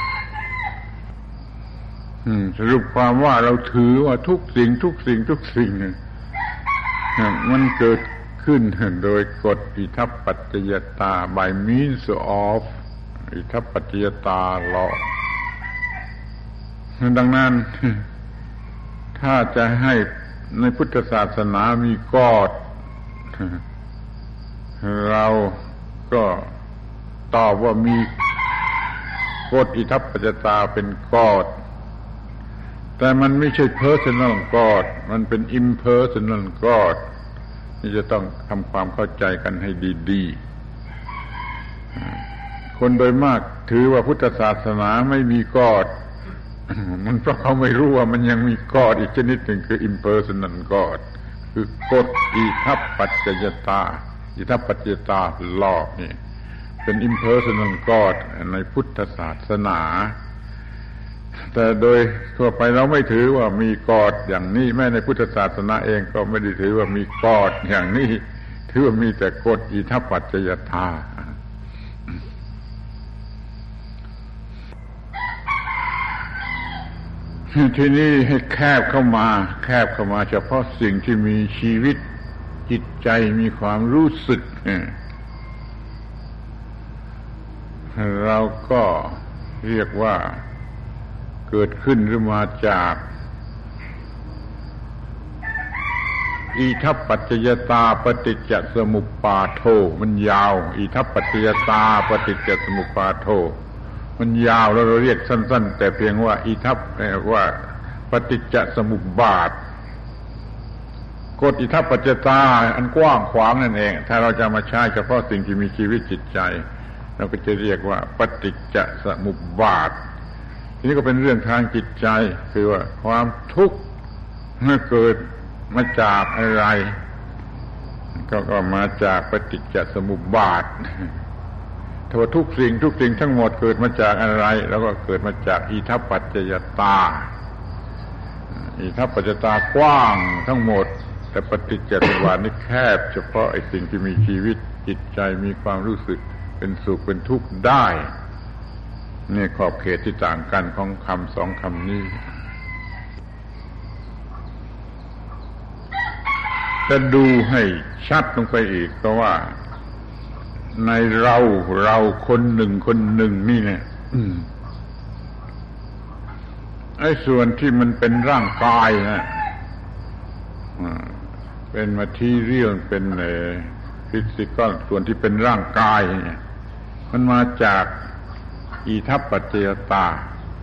สรุปความว่าเราถือว่าทุกสิ่งทุกสิ่งทุกสิ่งมันเกิดขึ้นโดยกฎอิทัปปัจจยตา by means of อิทัปปัจจยตา law ดังนั้นถ้าจะให้ในพุทธศาสนามีกฎเราก็ตอบว่ามีกฎอิทัปปัจจยตาเป็นกฎแต่มันไม่ใช่ personal God มันเป็น impersonal God นี่จะต้องทำความเข้าใจกันให้ดีๆคนโดยมากถือว่าพุทธศาสนาไม่มี God มันเพราะเขาไม่รู้ว่ามันยังมีกอดอีกชนิดหนึ่งคือ impersonal God คือกฎอิทัปปัจจยตาอิทัปปัจจยตาลอนี่เป็น impersonal God ในพุทธศาสนาแต่โดยทั่วไปเราไม่ถือว่ามีกอดอย่างนี้แม้ในพุทธศาสนาเองก็ไม่ได้ถือว่ามีกอดอย่างนี้ถือว่ามีแต่กฎอิทัปปัจจยตาที่นี่ให้แคบเข้ามาแคบเข้ามาเฉพาะสิ่งที่มีชีวิตจิตใจมีความรู้สึกเราก็เรียกว่าเกิดขึ้นหรือมาจากอิทัปปัจจยตาปฏิจจสมุปบาทโธมันยาวอิทัปปัจจยตาปฏิจจสมุปบาทโธมันยาวแล้วเราเรียกสั้นๆแต่เพียงว่าอิทัปว่าปฏิจจสมุปบาทกฎอิทัปปัจจยตาอันกว้างขวางนั่นเองถ้าเราจะมาใช้เฉพาะสิ่งที่มีชีวิตจิตใจเราก็จะเรียกว่าปฏิจจสมุปบาททีนี้ก็เป็นเรื่องทางจิตใจคือว่าความทุกข์เมื่อเกิดมาจากอะไรก็ก็มาจากปฏิจจสมุปบาทถ้าว่าทุกสิ่งทุกสิ่งทั้งหมดเกิดมาจากอะไรแล้วก็เกิดมาจากอิทัปปัจจยตาอิทัปปัจจยตากว้างทั้งหมดแต่ปฏิจจสมุปบาทนี่แคบเฉพาะไอ้สิ่งที่มีชีวิตจิตใจมีความรู้สึกเป็นสุขเป็นทุกข์ได้นี่ขอบเขตที่ต่างกันของคำสองคำนี้จะดูให้ชัดลงไปอีกเพราะว่าในเราเราคนหนึ่งคนหนึ่งนี่เนี่ยไอ้ส่วนที่มันเป็นร่างกายนะเป็นมาทีเรียลเป็นฟิสิกอลส่วนที่เป็นร่างกายเนี่ยมันมาจากอิทัปปัจจยตา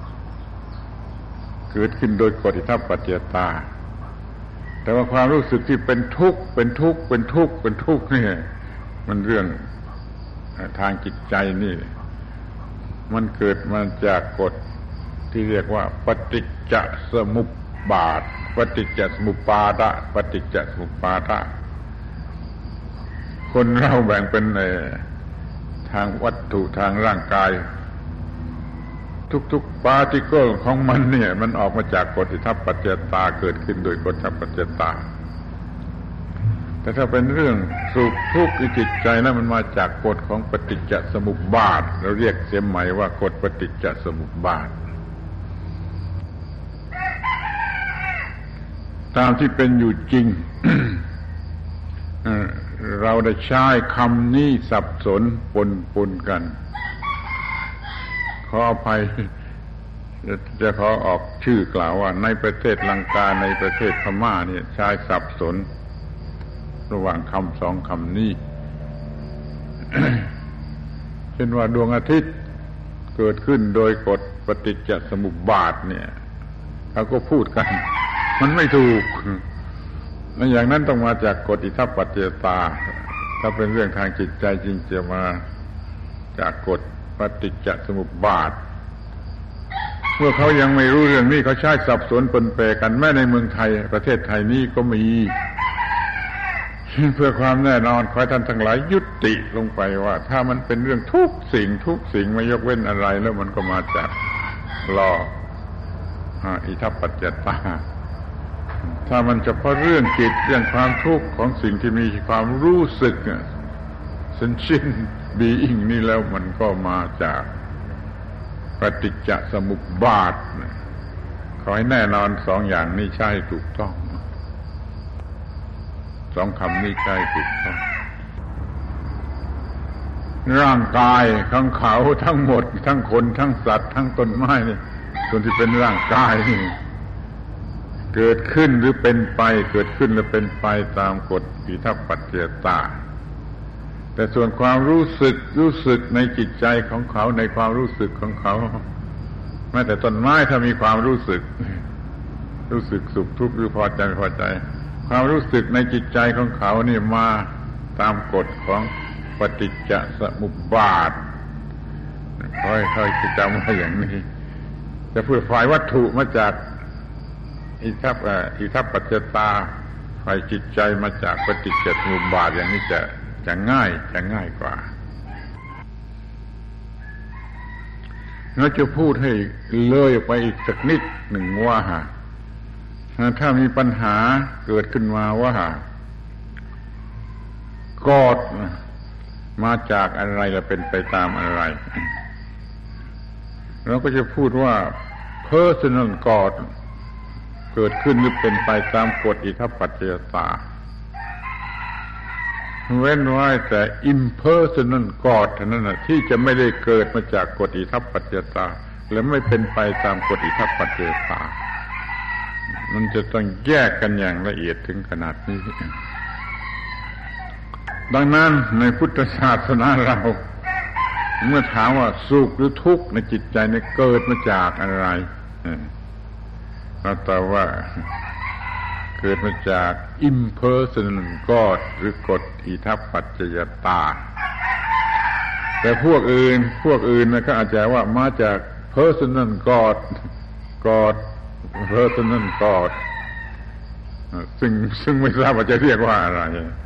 เกิดขึ้นโดยกฎอิทัปปัจจยตาแต่ว่าความรู้สึกที่เป็นทุกข์เป็นทุกข์เป็นทุกข์เป็นทุกข์นี่มันเรื่องทางจิตใจนี่มันเกิดมาจากกฎที่เรียกว่าปฏิจจสมุปบาทปฏิจจสมุปบาทะปฏิจจสมุปบาทะคนเราแบ่งเป็นทางวัตถุทางร่างกายทุกๆปาร์ติเคิลของมันเนี่ยมันออกมาจากกฎอิทัปปัจจยตาเกิดขึ้นโดยกฎอิทัปปัจจยตาแต่ถ้าเป็นเรื่องสุขทุกข์ในจิตใจนั้นมันมาจากกฎของปฏิจจสมุปบาทเราเรียกเสียใหม่ว่ากฎปฏิจจสมุปบาทตามที่เป็นอยู่จริง เราได้ใช้คำนี้สับสนปนปนกันขออภัยจะขอออกชื่อกล่าวว่าในประเทศลังกาในประเทศพม่าเนี่ยใช้สับสนระหว่างคำสองคำนี้ เช่นว่าดวงอาทิตย์เกิดขึ้นโดยกฎปฏิจจสมุปบาทเนี่ยเขาก็พูดกันมันไม่ถูกและอย่างนั้นต้องมาจากกฎอิทัปปัจจยตาถ้าเป็นเรื่องทางจิตใจจริงจะมาจากกฎปฏิจจสมุปบาทเมื่อเขายังไม่รู้เรื่องนี้เขาใช้สับสนปนเปกันแม้ในเมืองไทยประเทศไทยนี้ก็มีเพื่อความแน่นอนขอให้ท่านทั้งหลายยุติลงไปว่าถ้ามันเป็นเรื่องทุกสิ่งทุกสิ่งไม่ยกเว้นอะไรแล้วมันก็มาจากลออิทัปปัจจยตาถ้ามันเฉพาะเรื่องจิตเรื่องความทุกข์ของสิ่งที่มีความรู้สึกsentient being นี่แล้วมันก็มาจากปฏิจจสมุปบาทขอให้แน่นอนสองอย่างนี้ใช่ถูกต้องสองคำนี้ใช่ถูกต้องร่างกายของเขาทั้งหมดทั้งคนทั้งสัตว์ทั้งต้นไม้นี่ส่วนที่เป็นร่างกายนี่เกิดขึ้นหรือเป็นไปเกิดขึ้นหรือเป็นไปตามกฎอิทัปปัจจยตาแต่ส่วนความรู้สึกรู้สึกในจิตใจของเขาในความรู้สึกของเขาแม้แต่ต้นไม้ถ้ามีความรู้สึกรู้สึกสุขทุกข์หรือพอใจไม่พอใจความรู้สึกในจิตใจของเขานี่มาตามกฎของปฏิจจสมุปบาทค่อยๆจำไว้อย่างนี้จะพูดฝ่ายวัตถุมาจากอิทัปอิทัปปัจจตาฝ่ายจิตใจมาจากปฏิจจสมุปบาทอย่างนี้จะจะง่ายจะง่ายกว่าเราจะพูดให้เลยไปอีกสักนิดหนึ่งว่าถ้ามีปัญหาเกิดขึ้นมาว่ากอดมาจากอะไรและเป็นไปตามอะไรเราก็จะพูดว่า personal God เกิดขึ้นหรือเป็นไปตามกฎอิทัปปัจจยตาเว้นไว้แต่ impersonal God เท่านั้นนะที่จะไม่ได้เกิดมาจากกฎอิทัปปัจจยตาและไม่เป็นไปตามกฎอิทัปปัจจยตามันจะต้องแยกกันอย่างละเอียดถึงขนาดนี้ดังนั้นในพุทธศาสนาเราเมื่อถามว่าสุขหรือทุกข์ในจิตใจเนี่ยเกิดมาจากอะไรเราตอบว่าเกิดมาจาก impersonal God หรือกฎอิทัปปัจจยตาแต่พวกอื่นพวกอื่นนะก็อาจจะว่ามาจาก personal God God personal God ซึ่งซึ่งไม่ทราบว่าจะเรียกว่าอะไร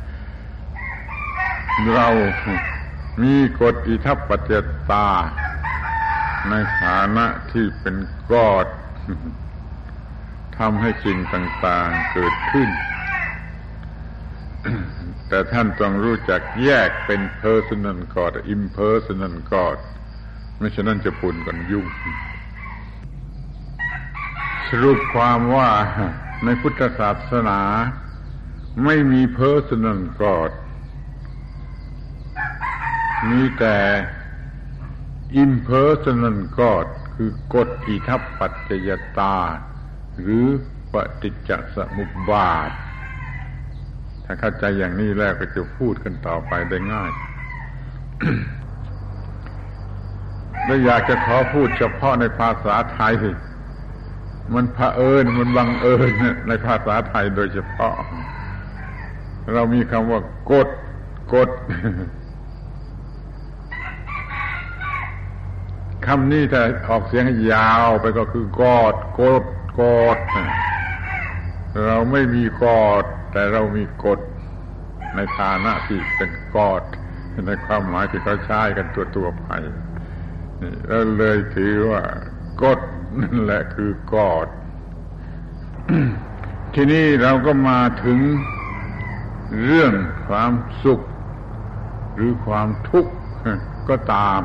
เรามีกฎอิทัปปัจจยตาในฐานะที่เป็นกอดทำให้สิ่งต่างๆเกิดขึ้นแต่ท่านต้องรู้จักแยกเป็น personal God impersonal God ไม่ฉะนั้นจะปุ่นกันยุ่งสรุปความว่าในพุทธศาสนาไม่มี personal God มีแต่ impersonal God คือกฎอิทัปปัจจยตาหรือปฏิจจสมุปบาทถ้าเข้าใจอย่างนี้แล้วก็จะพูดกันต่อไปได้ง่าย และอยากจะขอพูดเฉพาะในภาษาไทยมันเผอิญมันบังเอิญในภาษาไทยโดยเฉพาะเรามีคำว่ากฎกฎคำนี้ถ้าออกเสียงยาวไปก็คือกอดกฎกฎเราไม่มีกอดแต่เรามีกฎในฐานะที่เป็นกอดในความหมายที่เขาใช้กันตัวๆไปนี่เราเลยถือว่ากฎนั่นแหละคือกอด ทีนี้เราก็มาถึงเรื่องความสุขหรือความทุกข์ก็ตาม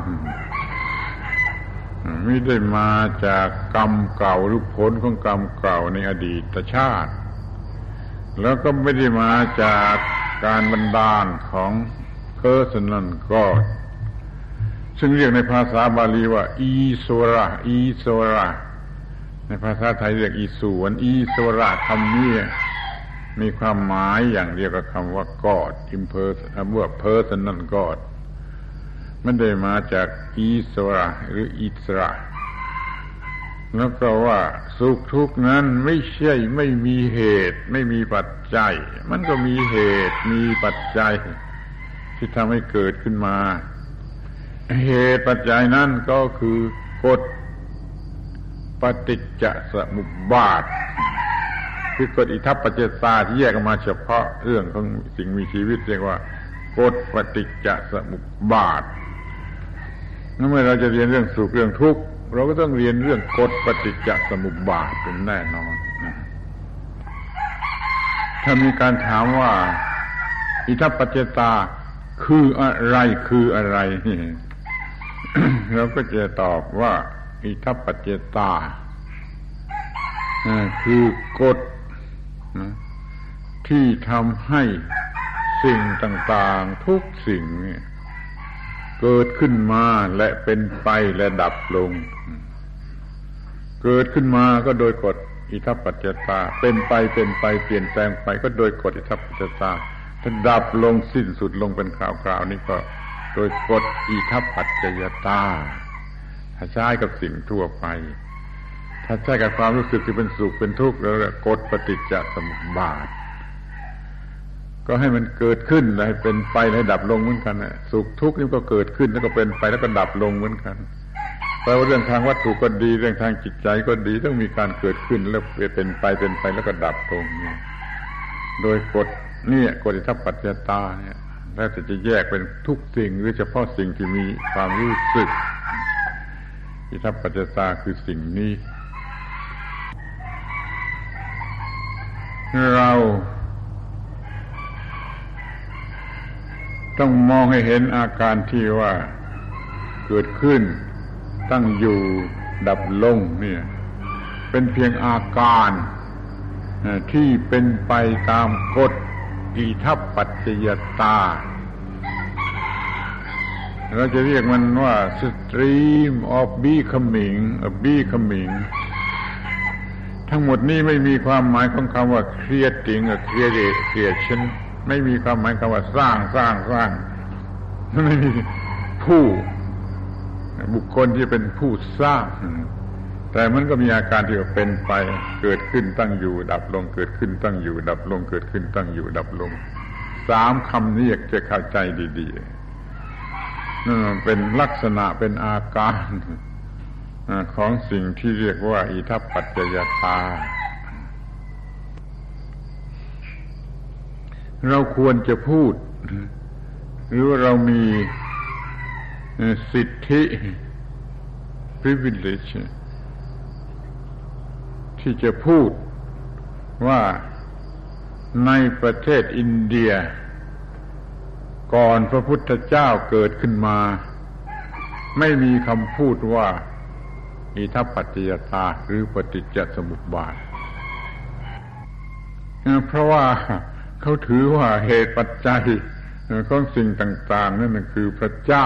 ไม่ได้มาจากกรรมเก่าหรือผลของกรรมเก่าในอดีตชาติแล้วก็ไม่ได้มาจากการบันดาลของ personal God ซึ่งเรียกในภาษาบาลีว่าอีสวระอีสวระในภาษาไทยเรียกอีสวนอีสวระคำนี้มีความหมายอย่างเดียวกับคำว่า God impersonal ว่า personal Godไม่ได้มาจากอีสระหรืออิสระแล้วก็ว่าสุขทุกข์นั้นไม่ใช่ไม่มีเหตุไม่มีปัจจัยมันก็มีเหตุมีปัจจัยที่ทำให้เกิดขึ้นมาเหตุปัจจัยนั้นก็คือกฎปฏิจจสมุปบาทคือกฎอิทัปปัจจยตาที่แยกออกมาเฉพาะเรื่องของสิ่งมีชีวิตเรียกว่ากฎปฏิจจสมุปบาทเมื่อเราจะเรียนเรื่องสุขเรื่องทุกข์เราก็ต้องเรียนเรื่องกฎปฏิจจสมุปบาทเป็นแน่นอนถ้ามีการถามว่าอิทัปปัจจยตาคืออะไรคืออะไร เราก็จะตอบว่าอิทัปปัจจยตาคือกฎที่ทำให้สิ่งต่างๆทุกสิ่งเกิดขึ้นมาและเป็นไปและดับลงเกิดขึ้นมาก็โดยกฎอิทัปปัจจยตาเป็นไปเป็นไปเปลี่ยนแปลงไปก็โดยกฎอิทัปปัจจยตาถ้าดับลงสิ้นสุดลงเป็นคราวๆนี้ก็โดยกฎอิทัปปัจจยตาถ้าใช้กับสิ่งทั่วไปถ้าใช้กับความรู้สึกที่เป็นสุขเป็นทุกข์แล้วกฎปฏิจจสมุปบาทก็ให้มันเกิดขึ้นและให้เป็นไปและดับลงเหมือนกันนะสุขทุกข์นี่ก็เกิดขึ้นแล้วก็เป็นไปแล้วก็ดับลงเหมือนกันแปลว่าเรื่องทางวัตถุก็ดีเรื่องทางจิตใจก็ดีต้องมีการเกิดขึ้นแล้วเป็นไปเป็นไปแล้วก็ดับลงโดยกฎนี่กฎอิทัปปัจจยตาเนี่ยแล้วแต่จะแยกเป็นทุกสิ่งหรือเฉพาะสิ่งที่มีความรู้สึกอิทัปปัจจยตาคือสิ่งนี้เราต้องมองให้เห็นอาการที่ว่าเกิดขึ้นตั้งอยู่ดับลงเนี่ยเป็นเพียงอาการที่เป็นไปตามกฎอิทัปปัจจยตาเราจะเรียกมันว่า stream of becoming of becoming ทั้งหมดนี้ไม่มีความหมายของคำว่า creating กับ creation ไม่มีความหมายคำว่าสร้างสร้างสร้างไม่มีผู้บุคคลที่เป็นผู้สร้างแต่มันก็มีอาการที่เป็นไปเกิดขึ้นตั้งอยู่ดับลงเกิดขึ้นตั้งอยู่ดับลงเกิดขึ้นตั้งอยู่ดับลงสามคำนี้อยากจะเข้าใจดีๆนั่นเป็นลักษณะเป็นอาการของสิ่งที่เรียกว่าอิทัปปัจจยตาเราควรจะพูดหรือว่าเรามีสิทธิ privilege ที่จะพูดว่าในประเทศอินเดียก่อนพระพุทธเจ้าเกิดขึ้นมาไม่มีคำพูดว่าอิทัปปัจจยตาหรือปฏิจจสมุปบาทเพราะว่าเขาถือว่าเหตุปัจจัยของสิ่งต่างๆนั่นคือพระเจ้า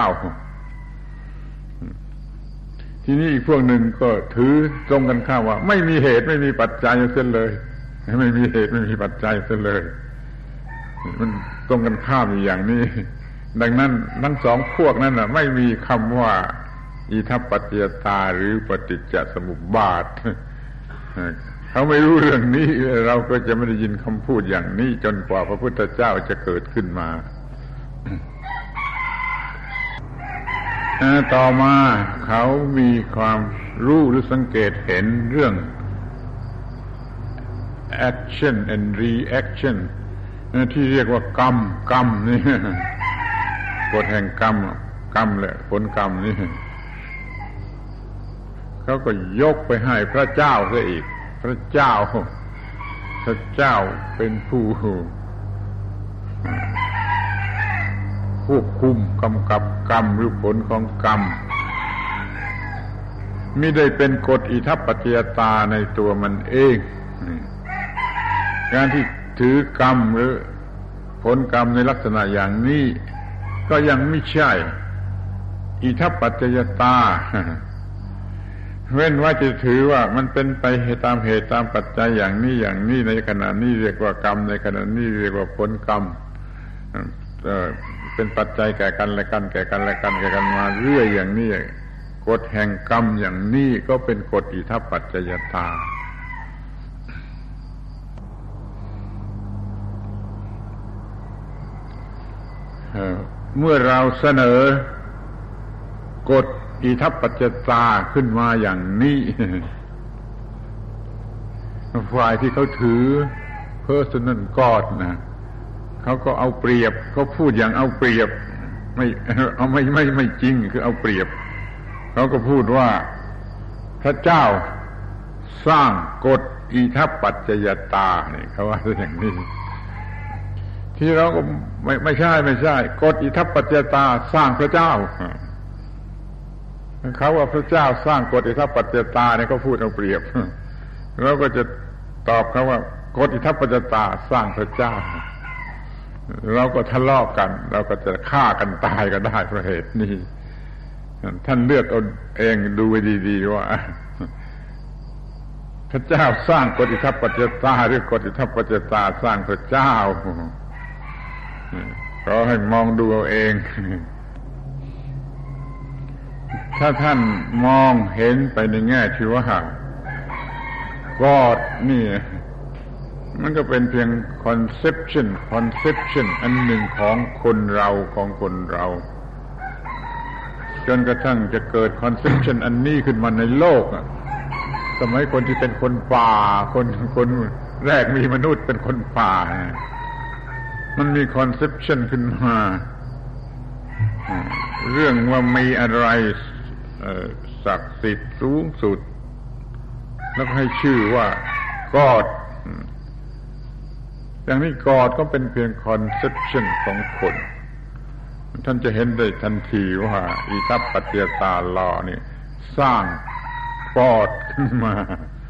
ทีนี้อีกพวกหนึ่งก็ถือตรงกันข้ามว่าไม่มีเหตุไม่มีปัจจัยเสียเลยไม่มีเหตุไม่มีปัจจัยเสียเลยมันตรงกันข้ามอย่างนี้ดังนั้นทั้งสองพวกนั้นน่ะไม่มีคำว่าอิทัปปัจจยตาหรือปฏิจจสมุปบาทเขาไม่รู้เรื่องนี้เราก็จะไม่ได้ยินคำพูดอย่างนี้จนกว่าพระพุทธเจ้าจะเกิดขึ้นมาต่อมาเขามีความรู้หรือสังเกตเห็นเรื่อง action and reaction ที่เรียกว่ากรรมกรรมนี่กฎแห่งกรรมกรรมแหละผลกรรมนี่เขาก็ยกไปให้พระเจ้าซะอีกพระเจ้าพระเจ้าเป็นผู้ควบคุมกำกับกรรมหรือผลของกรรมมิได้เป็นกฎอิทัปปัจจยตาในตัวมันเองการที่ถือกรรมหรือผลกรรมในลักษณะอย่างนี้ก็ยังไม่ใช่อิทัปปัจจยตาเว้นว่าจะถือว่ามันเป็นไปตามเหตุตามปัจจัยอย่างนี้อย่างนี้ในขณะนี้เรียกว่ากรรมในขณะนี้เรียกว่าผลกรรมเป็นปัจจัยแก่กันและกันแก่กันและกันแก่กันมาเรื่อยอย่างนี้กฎแห่งกรรมอย่างนี้ก็เป็นกฎอิทัปปัจจยตาเมื่อเราเสนอกฎอิทัปปัจจยตาขึ้นมาอย่างนี้ฝ่ายที่เขาถือ personal god นะเขาก็เอาเปรียบเขาพูดอย่างเอาเปรียบไม่เอาไม่ไม่ไม่จริงคือเอาเปรียบเขาก็พูดว่าพระเจ้าสร้างกฎอิทัปปัจจยตาเนี่ยเขาว่าอย่างนี้ที่เราก็ไม่ไม่ใช่ไม่ใช่กฎอิทัปปัจจยตาสร้างพระเจ้าเขาว่าพระเจ้าสร้างกฎอิทัปปัจจยตาเนี่ยก็พูดเอาเปรียบเราก็จะตอบเขาว่ากฎอิทัปปัจจยตาสร้างพระเจ้าเราก็ทะเลาะกันเราก็จะฆ่ากันตายก็ได้เพราะเหตุนี้ท่านเลือกเอาเองดูไว้ดีๆว่าพระเจ้าสร้างกฎอิทัปปัจจยตาหรือกฎอิทัปปัจจยตาสร้างพระเจ้าขอให้มองดูเอาเองถ้าท่านมองเห็นไปในแง่ที่ว่ากอดนี่มันก็เป็นเพียง conception conception อันหนึ่งของคนเราของคนเราจนกระทั่งจะเกิดคอนเซปชันอันนี้ขึ้นมาในโลกสมัยคนที่เป็นคนป่าคนคนแรกมีมนุษย์เป็นคนป่ามันมีคอนเซปชันขึ้นมาเรื่องว่ามีอะไรศักดิ์สิทธิ์สูงสุดแล้วให้ชื่อว่ากอดอย่างนี้กอดก็เป็นเพียงคอนเซปชันของคนท่านจะเห็นได้ทันทีว่าอิทัปปัจจยตาลอนี่สร้างกอดขึ้นมา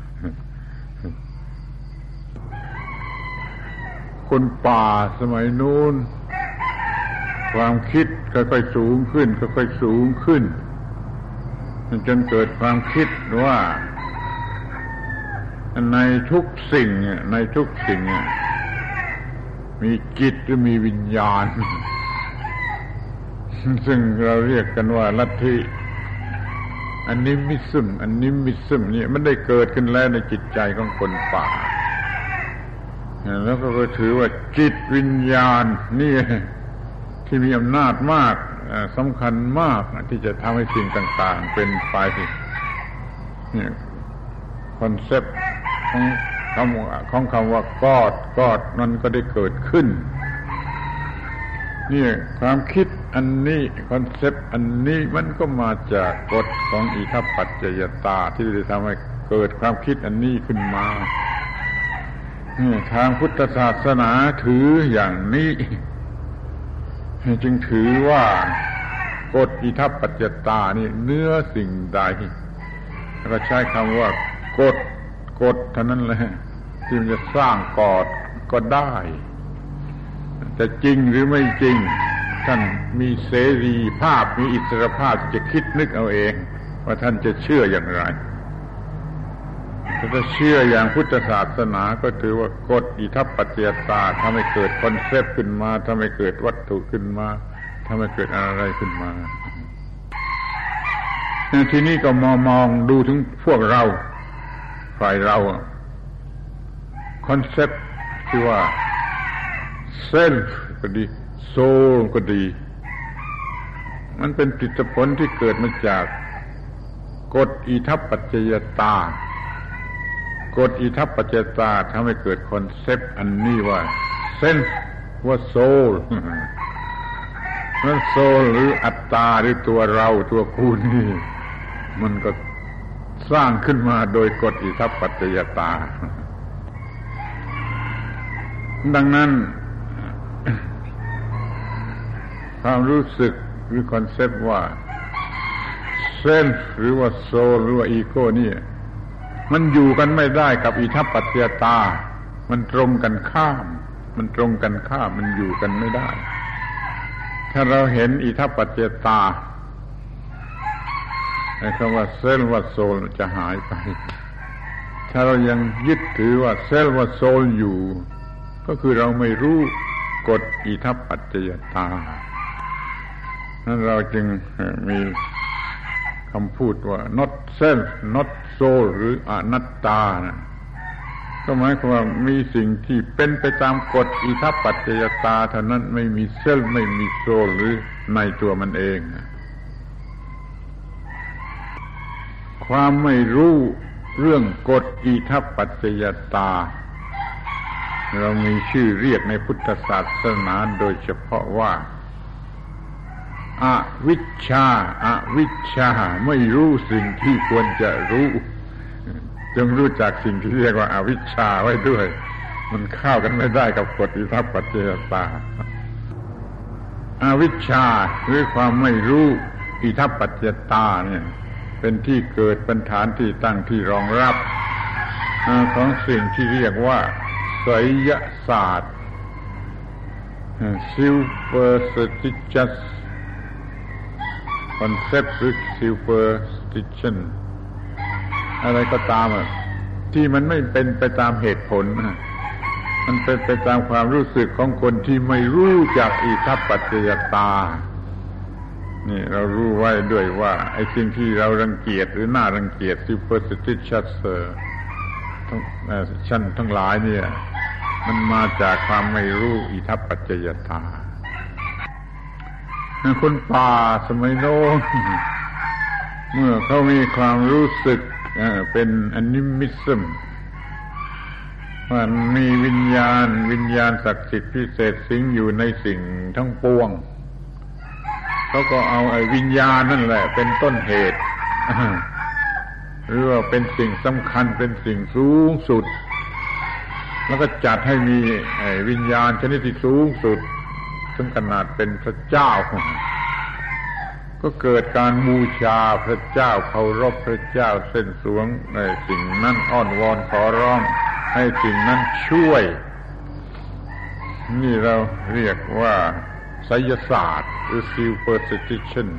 คนป่าสมัยนู้นความคิดค่อยๆสูงขึ้นค่อยๆสูงขึ้นจนเกิดความคิดว่าในทุกสิ่งในทุกสิ่งมีจิตหรือมีวิญญาณซึ่งเราเรียกกันว่าลัทธิอนิมิซึมอนิมิซึมนี่มันได้เกิดขึ้นแล้วในจิตใจของคนป่าแล้วก็ถือว่าจิตวิญญาณนี่ที่มีอำนาจมากสำคัญมากที่จะทำให้สิ่งต่างๆเป็นไปนี่คอนเซปต์ของคำของคำว่ากอดกอดนั้นก็ได้เกิดขึ้นนี่ความคิดอันนี้คอนเซปต์อันนี้มันก็มาจากกฎของอิทัปปัจจยตาที่ได้ทำให้เกิดความคิดอันนี้ขึ้นมาทางพุทธศาสนาถืออย่างนี้จึงถือว่ากฎอิทัปปัจจยตานี่เนื้อสิ่งใดแล้วก็ใช้คำว่ากฎกฎเท่านั้นแหละที่มันจะสร้างกอดก็ได้แต่จริงหรือไม่จริงท่านมีเสรีภาพมีอิสรภาพที่จะคิดนึกเอาเองว่าท่านจะเชื่ออย่างไรถ้าเชื่ออย่างพุทธศาสนาก็ถือว่ากฎอิทัปปัจจยตาทำให้เกิดคอนเซปต์ขึ้นมาทำให้เกิดวัตถุขึ้นมาทำให้เกิดอะไรขึ้นมาทีนี้ก็มองมองดูถึงพวกเราฝ่ายเราคอนเซปต์ที่ว่าเซลฟ์ก็ดีโซลก็ดีมันเป็นผลผลที่เกิดมาจากกฎอิทัปปัจจยตากฎอิทัปปัจจยตาทำให้เกิดคอนเซปต์อันนี้ว่าเซนส์ว่าโซลนั่นโซลหรืออัตตาหรือตัวเราตัวกูนี่มันก็สร้างขึ้นมาโดยกฎอิทัปปัจจยตาดังนั้นความรู้สึกหรือคอนเซปต์ว่าเซนส์หรือว่าโซลหรือว่าอีโก้นี่มันอยู่กันไม่ได้กับอิทัปปัจจยตามันตรงกันข้ามมันตรงกันข้ามมันอยู่กันไม่ได้ถ้าเราเห็นอิทัปปัจจยตาไอ้คำว่าเซลว่าโซลจะหายไปถ้าเรายังยึดถือว่าเซลว่าโซลอยู่ก็คือเราไม่รู้กฎอิทัปปัจจยตานั้นเราจึงมีคำพูดว่า not self not soul หรืออนัตตานะก็หมายความว่ามีสิ่งที่เป็นไปตามกฎอิทัปปัจจยตาเท่านั้นไม่มีเซลไม่มีโซลหรือในตัวมันเองความไม่รู้เรื่องกฎอิทัปปัจจยตาเรามีชื่อเรียกในพุทธศาสนาโดยเฉพาะว่าอวิชชาอวิชชาไม่รู้สิ่งที่ควรจะรู้จงรู้จักสิ่งที่เรียกว่าอวิชชาไว้ด้วยมันเข้ากันไม่ได้กับกฎอิทัปปัจจยตาอวิชชาหรือความไม่รู้อิทัปปัจจยตาเนี่ยเป็นที่เกิดเป็นฐานที่ตั้งที่รองรับของสิ่งที่เรียกว่าไสยศาสตร์ superstitious concept หรือ superstition อะไรก็ตามที่มันไม่เป็นไปตามเหตุผลมันเป็นไปตามความรู้สึกของคนที่ไม่รู้จักอิทัปปัจจยตานี่เรารู้ไว้ด้วยว่าไอ้สิ่งที่เรารังเกียจหรือน่ารังเกียจ superstitious ชั้นทั้งหลายเนี่ยมันมาจากความไม่รู้อิทัปปัจจยตาคนป่าสมัยโน้นเมื่อเขามีความรู้สึกเป็นอนิมิซึมว่ามีวิญญาณวิญญาณศักดิ์สิทธิ์พิเศษสิงอยู่ในสิ่งทั้งปวงเขาก็เอาไอ้วิญญาณนั่นแหละเป็นต้นเหตุหรือว่าเป็นสิ่งสำคัญเป็นสิ่งสูงสุดแล้วก็จัดให้มีไอ้วิญญาณชนิดที่สูงสุดถึงขนาดเป็นพระเจ้าก็เกิดการบูชาพระเจ้าเคารพพระเจ้าเส้นสวงในสิ่งนั้นอ้อนวอนขอร้องให้สิ่งนั้นช่วยนี่เราเรียกว่าไสยศาสตร์หรือ superstition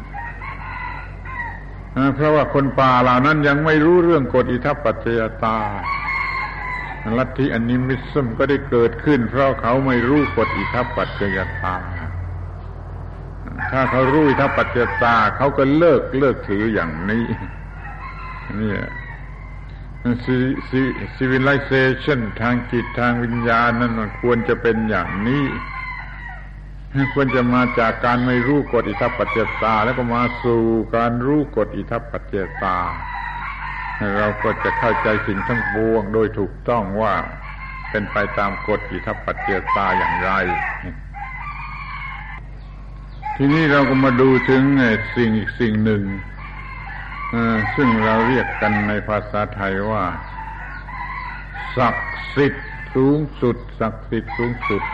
เพราะว่าคนป่าเหล่านั้นยังไม่รู้เรื่องกฎอิทัปปัจจยตาลัทธิอนิมิซึมก็ได้เกิดขึ้นเพราะเขาไม่รู้กฎอิทัปปัจจยตาถ้าเขารู้อิทัปปัจจยตาเขาก็เลิกเลิกถืออย่างนี้นี่civilization ทางจิตทางวิญญาณนั้นมันควรจะเป็นอย่างนี้ควรจะมาจากการไม่รู้กฎอิทัปปัจจยตาแล้วก็มาสู่การรู้กฎอิทัปปัจจยตาเราก็จะเข้าใจสิ่งทั้งปวงโดยถูกต้องว่าเป็นไปตามกฎอิทัปปัจจยตาอย่างไรทีนี้เราก็มาดูถึงสิ่งอีกสิ่งหนึ่งซึ่งเราเรียกกันในภาษาไทยว่าศักดิ์สิทธิ์สูงสุดศักดิ์สิทธิ์สูงสุด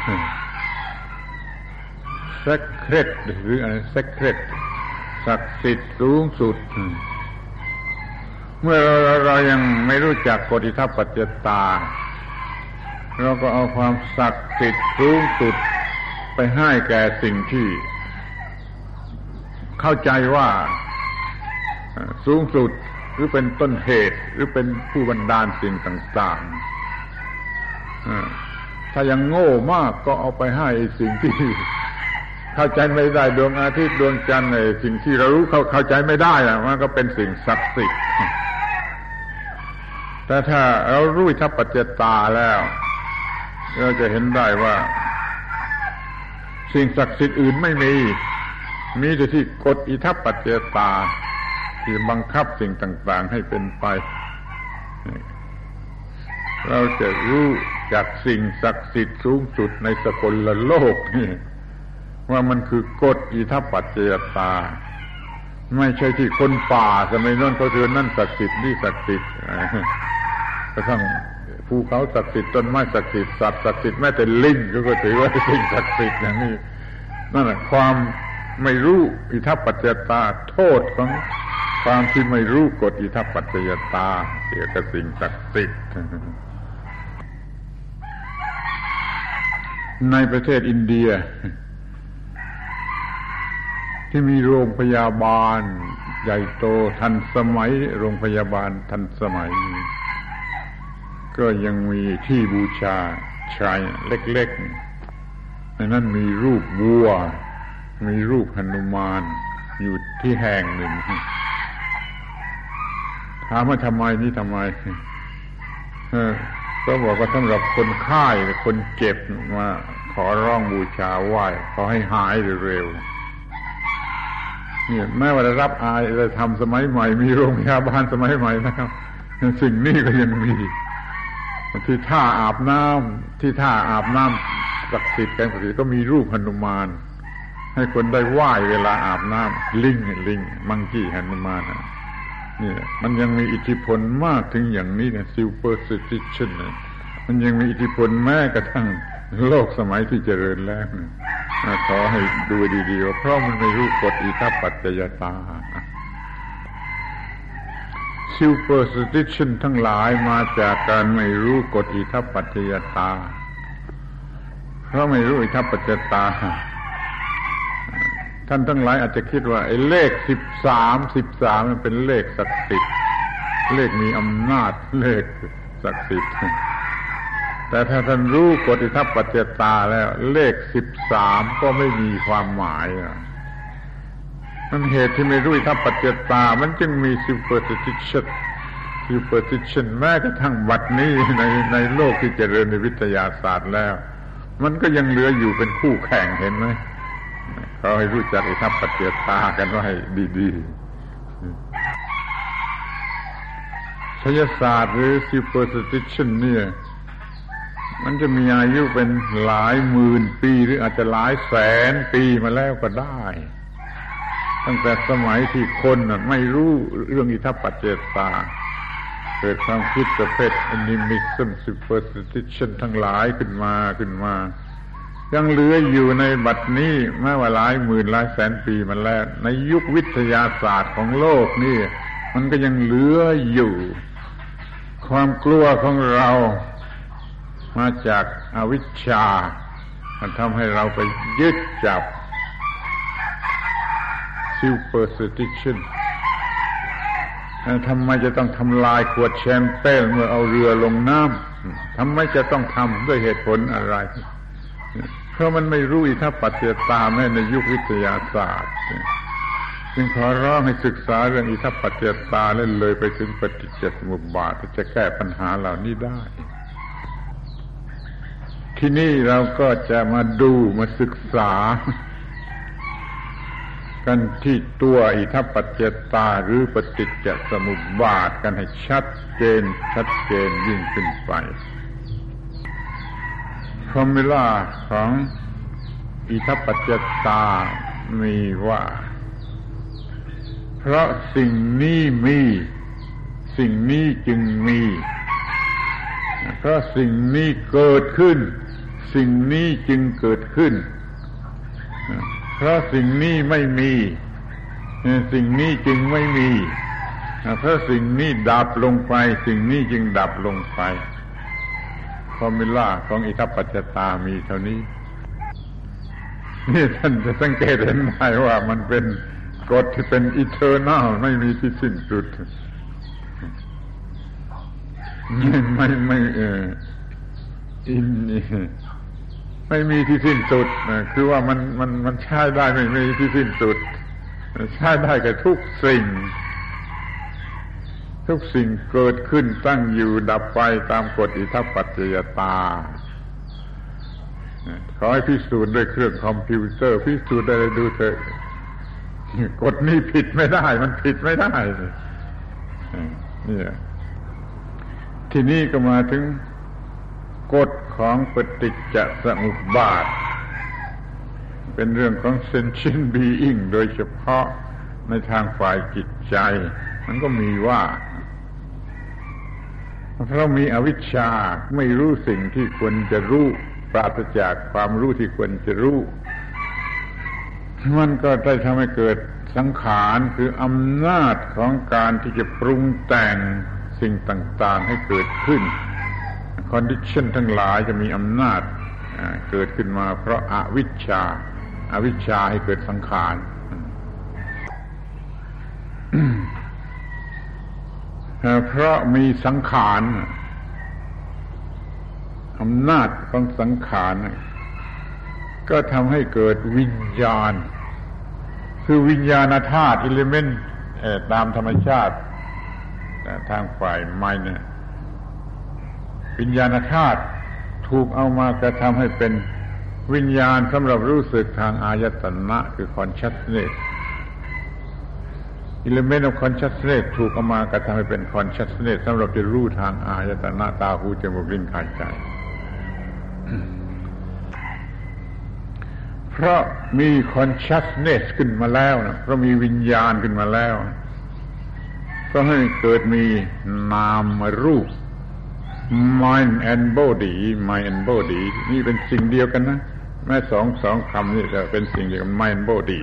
sacred หรืออะไร sacred ศักดิ์สิทธิ์สูงสุดเมื่อเราเรายังไม่รู้จักกฎอิทัปปัจจยตาเราก็เอาความศักดิ์สิทธิ์สูงสุดไปให้แก่สิ่งที่เข้าใจว่าสูงสุดหรือเป็นต้นเหตุหรือเป็นผู้บันดาลสิ่งต่างๆถ้ายังโง่มากก็เอาไปให้สิ่งที่เข้าใจไม่ได้ดวงอาทิตย์ดวงจันทร์ไอ้สิ่งที่เรารู้เขาเข้าใจไม่ได้อะมันก็เป็นสิ่งศักดิ์สิทธิ์แต่ถ้าเรารู้อิทัปปัจจยตาแล้วเราจะเห็นได้ว่าสิ่งศักดิ์สิทธิ์อื่นไม่มีมีแต่ที่กฎอิทัปปัจจยตาที่บังคับสิ่งต่างๆให้เป็นไปเราจะรู้จากสิ่งศักดิ์สิทธิ์สูงสุดในสกลโลกนี่ว่ามันคือกฎอิทัปปัจจยตาไม่ใช่ที่คนป่าสมัยนั้นเขาถือนั่นศักดิ์สิทธิ์นี่ศักดิ์สิทธิ์กระทั่งภูเขาศักดิ์สิทธิ์ต้นไม้ศักดิ์สิทธิ์สัตว์ศักดิ์สิทธิ์แม้แต่ลิงก็ถือว่าสิ่งศักดิ์สิทธิ์อย่างนี้นั่นแหละความไม่รู้อิทัปปัจจยตาโทษของความที่ไม่รู้กฎอิทัปปัจจยตาเกี่ยวกับสิ่งศักดิ์สิทธิ์ในประเทศอินเดียที่มีโรงพยาบาลใหญ่โตทันสมัยโรงพยาบาลทันสมัยก็ยังมีที่บูชาชายเล็กๆในนั้นมีรูปวัวมีรูปหนุมานอยู่ที่แห่งหนึ่งถามว่าทำไมนี่ทำไมก็บอกว่าสำหรับคนไข้คนเจ็บมาขอร้องบูชาไหว้ขอให้หายเร็วๆเนี่ยแม้ว่าได้รับอายได้ทำสมัยใหม่มีโรงพยาบาลสมัยใหม่นะครับสิ่งนี้ก็ยังมีที่ท่าอาบน้ำที่ท่าอาบน้ำศักดิ์สิทธิ์กันศักดิ์สิทธิ์ก็มีรูปหนุมานให้คนได้ไหว้เวลาอาบน้ำลิงลิงมังกี้หนุมานนี่มันยังมีอิทธิพลมากถึงอย่างนี้เนี่ย superstition มันยังมีอิทธิพลแม้กระทั่งโลกสมัยที่เจริญแล้วขอให้ดูดีๆเพราะมันไม่รู้กฎอิทัปปัจจยตา superstition ทั้งหลายมาจากการไม่รู้กฎอิทัปปัจจยตาเพราะไม่รู้อิทัปปัจจยตาท่านทั้งหลายอาจจะคิดว่าไอ้เลขสิบสามสิบสามมันเป็นเลขศักดิ์สิทธิ์เลขมีอำนาจเลขศักดิ์สิทธิ์แต่ถ้าท่านรู้กฎอิทัปปัจจยตาแล้วเลขสิบสามก็ไม่มีความหมายนั่นเหตุที่ไม่รู้อิทัปปัจจยตามันจึงมี superstition superstition แม้กระทั่งบัดนี้ในในโลกที่เจริญในวิทยาศาสตร์แล้วมันก็ยังเหลืออยู่เป็นคู่แข่งเห็นไหมคเขาให้รู้จักอิทัปปัจจยตากันว่าให้ดีๆไสยศาสตร์หรือ superstition เนี่ยมันจะมีอายุเป็นหลายหมื่นปีหรืออาจจะหลายแสนปีมาแล้วก็ได้ตั้งแต่สมัยที่คนไม่รู้เรื่องอิทัปปัจจยตาเกิดความคิดประเภท animism superstition ทั้งหลายขึ้นมาขึ้นมายังเหลืออยู่ในบัดนี้แม้ว่าหลายหมื่นหลายแสนปีมาแล้วในยุควิทยาศาสตร์ของโลกนี่มันก็ยังเหลืออยู่ความกลัวของเรามาจากอวิชชามันทำให้เราไปยึดจับ superstition ทำไมจะต้องทำลายขวดแชมเปญเมื่อเอาเรือลงน้ำทำไมจะต้องทำด้วยเหตุผลอะไรเพราะมันไม่รู้อิทัปปัจจยตาแม้ในยุควิทยาศาสตร์จึงขอร้องให้ศึกษาเรื่องอิทัปปัจจยตาเล่นเลยไปถึงปฏิจจสมุปบาทที่จะแก้ปัญหาเหล่านี้ได้ที่นี่เราก็จะมาดูมาศึกษากันที่ตัวอิทัปปัจจยตาหรือปฏิจจสมุปบาทกันให้ชัดเจนชัดเจนยิ่งขึ้นไปฟอร์มูลาของอิทัปปัจจยตามีว่าเพราะสิ่งนี้มีสิ่งนี้จึงมีเพราะสิ่งนี้เกิดขึ้นสิ่งนี้จึงเกิดขึ้นเพราะสิ่งนี้ไม่มีสิ่งนี้จึงไม่มีเพราะสิ่งนี้ดับลงไปสิ่งนี้จึงดับลงไปฟอร์มูลาของอิทัปปัจจยตามีเท่านี้นี่ท่านจะสังเกตเห็นได้ว่ามันเป็นกฎที่เป็น eternal ไม่มีที่สิ้นสุดไม่ไม่ไม่เอออินไม่มีที่สิ้นสุดคือว่ามันมันมันใช้ได้ไม่มีที่สิ้นสุดใช้ได้กับทุกสิ่งทุกสิ่งเกิดขึ้นตั้งอยู่ดับไปตามกฎอิทัปปัจจยตาขอให้พิสูจน์ด้วยเครื่องคอมพิวเตอร์พิสูจน์ได้เลยดูเถอะกฎนี้ผิดไม่ได้มันผิดไม่ได้นี่ทีนี้ก็มาถึงกฎของปฏิจจสมุปบาทเป็นเรื่องของ sentient being โดยเฉพาะในทางฝ่ายจิตใจมันก็มีว่าเพราะมีอวิชชาไม่รู้สิ่งที่ควรจะรู้ปราศจากความรู้ที่ควรจะรู้มันก็ได้ทำให้เกิดสังขารคืออำนาจของการที่จะปรุงแต่งสิ่งต่างๆให้เกิดขึ้นคอนดิชันทั้งหลายจะมีอำนาจเกิดขึ้นมาเพราะอวิชชาอวิชชาให้เกิดสังขารเพราะมีสังขารอำนาจของสังขารก็ทำให้เกิดวิญญาณคือวิญญาณธาตุอิเลเมนต์ตามธรรมชาติทางฝ่ายไมน์เนี่ยวิญญาณธาตุถูกเอามากระทำให้เป็นวิญญาณสำหรับรู้สึกทางอายตนะคือ consciousness element of consciousness ถูกเอามากระทำให้เป็น consciousness สำหรับจะรู้ทางอายตนะตาหูจมูกลิ้นกายใจเพราะมี consciousness ขึ้นมาแล้วนะเพราะมีวิญญาณขึ้นมาแล้วก็ให้เกิดมีนามรูป mind and body mind and body นี่เป็นสิ่งเดียวกันนะแม้สองสองคำนี่จะเป็นสิ่งเดียวกัน mind body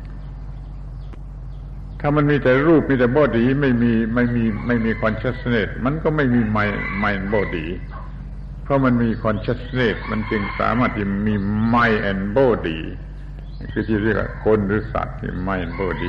ถ้ามันมีแต่รูปมีแต่ body ไม่มีไม่มีไม่มี consciousness มันก็ไม่มี mind mind body เพราะมันมี consciousness มันจึงสามารถที่มี mind and body คือที่เรียกว่าคนหรือสัตว์ที่ mind and body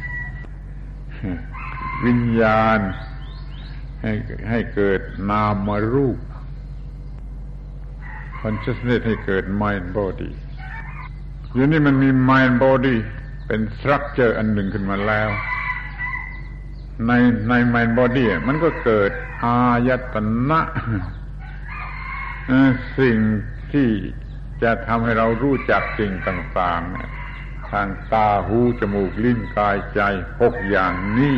วิญญาณให้ให้เกิดนามรูป consciousness ให้เกิด mind body อยู่นี่มันมี mind body เป็น structure อันหนึ่งขึ้นมาแล้วในใน mind body มันก็เกิดอายตนะสิ่งที่จะทำให้เรารู้จักสิ่งต่างทางตาหูจมูกลิ้นกายใจหกอย่างนี้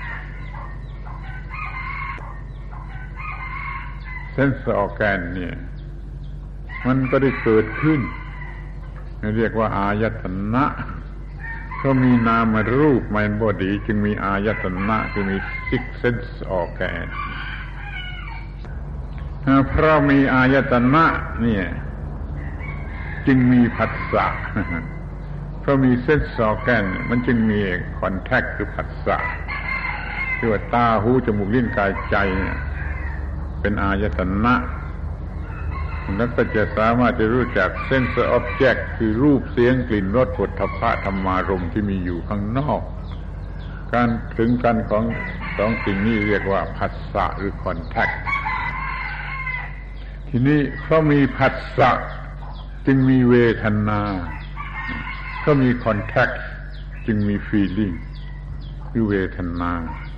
เซนส์ออร์แกนเนี่ยมันก็ได้เกิดขึ้นเรียกว่าอายตนะก็มีนามรูปมันบดีจึงมีอายตนะคือมี six sense organ เพราะมีอายตนะเนี่ยจึงมีผัสสะเพราะมี sense organ มันจึงมี contact คือผัสสะที่ว่าตาหูจมูกลิ้นกายใจเนี่ยเป็นอายตนะแล้วก็จะสามารถจะรู้จัก sense object คือรูปเสียงกลิ่นรสโผฏฐัพพะธรรมารมณ์ที่มีอยู่ข้างนอกการถึงกันของสองสิ่งนี้เรียกว่าผัสสะหรือ contact ทีนี้เพราะมีผัสสะจึงมีเวทนาก็มี contact จึงมี feeling คือเวทนา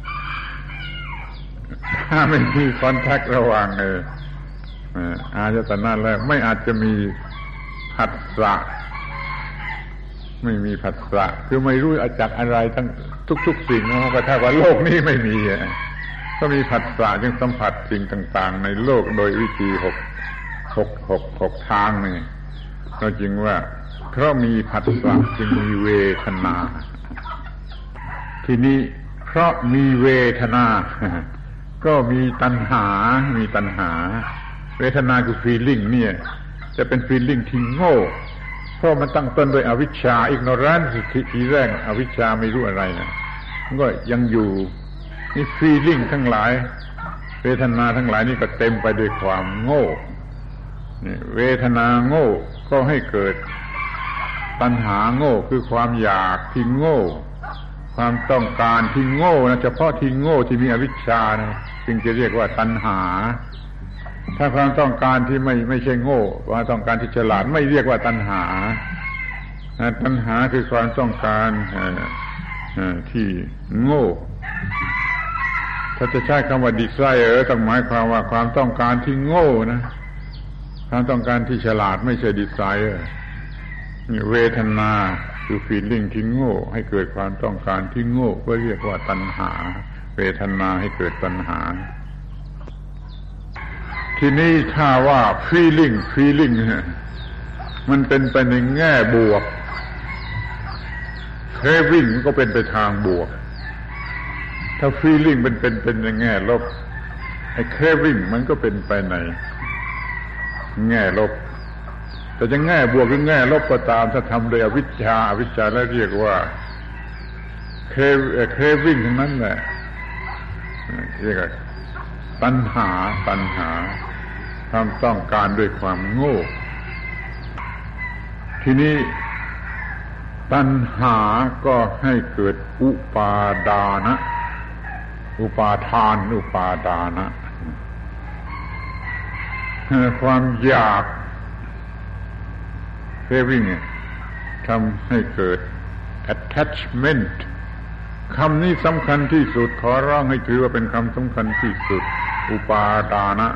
ถ้าไม่มี contact ระหว่างเอออายตนะแล้วไม่อาจจะมีผัสสะไม่มีผัสสะคือไม่รู้อาจักอะไรทั้งทุกๆสิ่งนะก็ถ้าว่าโลกนี้ไม่มีก็มีผัสสะจึงสัมผัสสิ่งต่างๆในโลกโดยวิธีหกหกหกหกทางนี่ก็จริงว่าเพราะมีผัสสะจึงมีเวทนาทีนี้เพราะมีเวทนาก็มีตัณหามีตัณหาเวทนาคือ feeling เนี่ยจะเป็น feeling ที่โง่เพราะมันตั้งต้นโดยอวิชชา ignorance ทีแรกอวิชชาไม่รู้อะไรนะมันก็ยังอยู่นี่ feeling ทั้งหลายเวทนาทั้งหลายนี่ก็เต็มไปด้วยความโง่นี่เวทนาโง่ก็ให้เกิดตัณหาโง่คือความอยากที่โง่ความต้องการที่โง่นะเฉพาะที่โง่ที่มีอวิชชานะจึงจะเรียกว่าตัณหาถ้าความต้องการที่ไม่ไม่ใช่โง่ความต้องการที่ฉลาดไม่เรียกว่าตัณหาตัณหาคือความต้องการที่โง่ถ้าจะใช้คำว่า desire ต้องหมายความว่าความต้องการที่โง่นะความต้องการที่ฉลาดไม่ใช่ desire เวทนาคือ feeling ที่โง่ให้เกิดความต้องการที่โง่ก็เรียกว่าตัณหาเวทนาให้เกิดตัณหาทีนี้ถ้าว่า feeling feeling มันเป็นไปในแง่บวก craving มันก็เป็นไปทางบวกถ้า feeling มันเป็นเป็นในแง่ลบไอ้ craving มันก็เป็นไปในแง่ลบแต่จะแง่บวกหรือแง่ลบก็ตามถ้าทำโดยอวิชชาอวิชชาแล้วเรียกว่า craving ทั้งนั้นแหละเรียกว่าตัณหาตัณหาความต้องการด้วยความโง่ทีนี้ตัณหาก็ให้เกิดอุปาดานะอุปาทานอุปาดานะความอยาก craving ทำให้เกิด attachment คำนี้สำคัญที่สุดขอร้องให้ถือว่าเป็นคำสำคัญที่สุดอุปาทานะ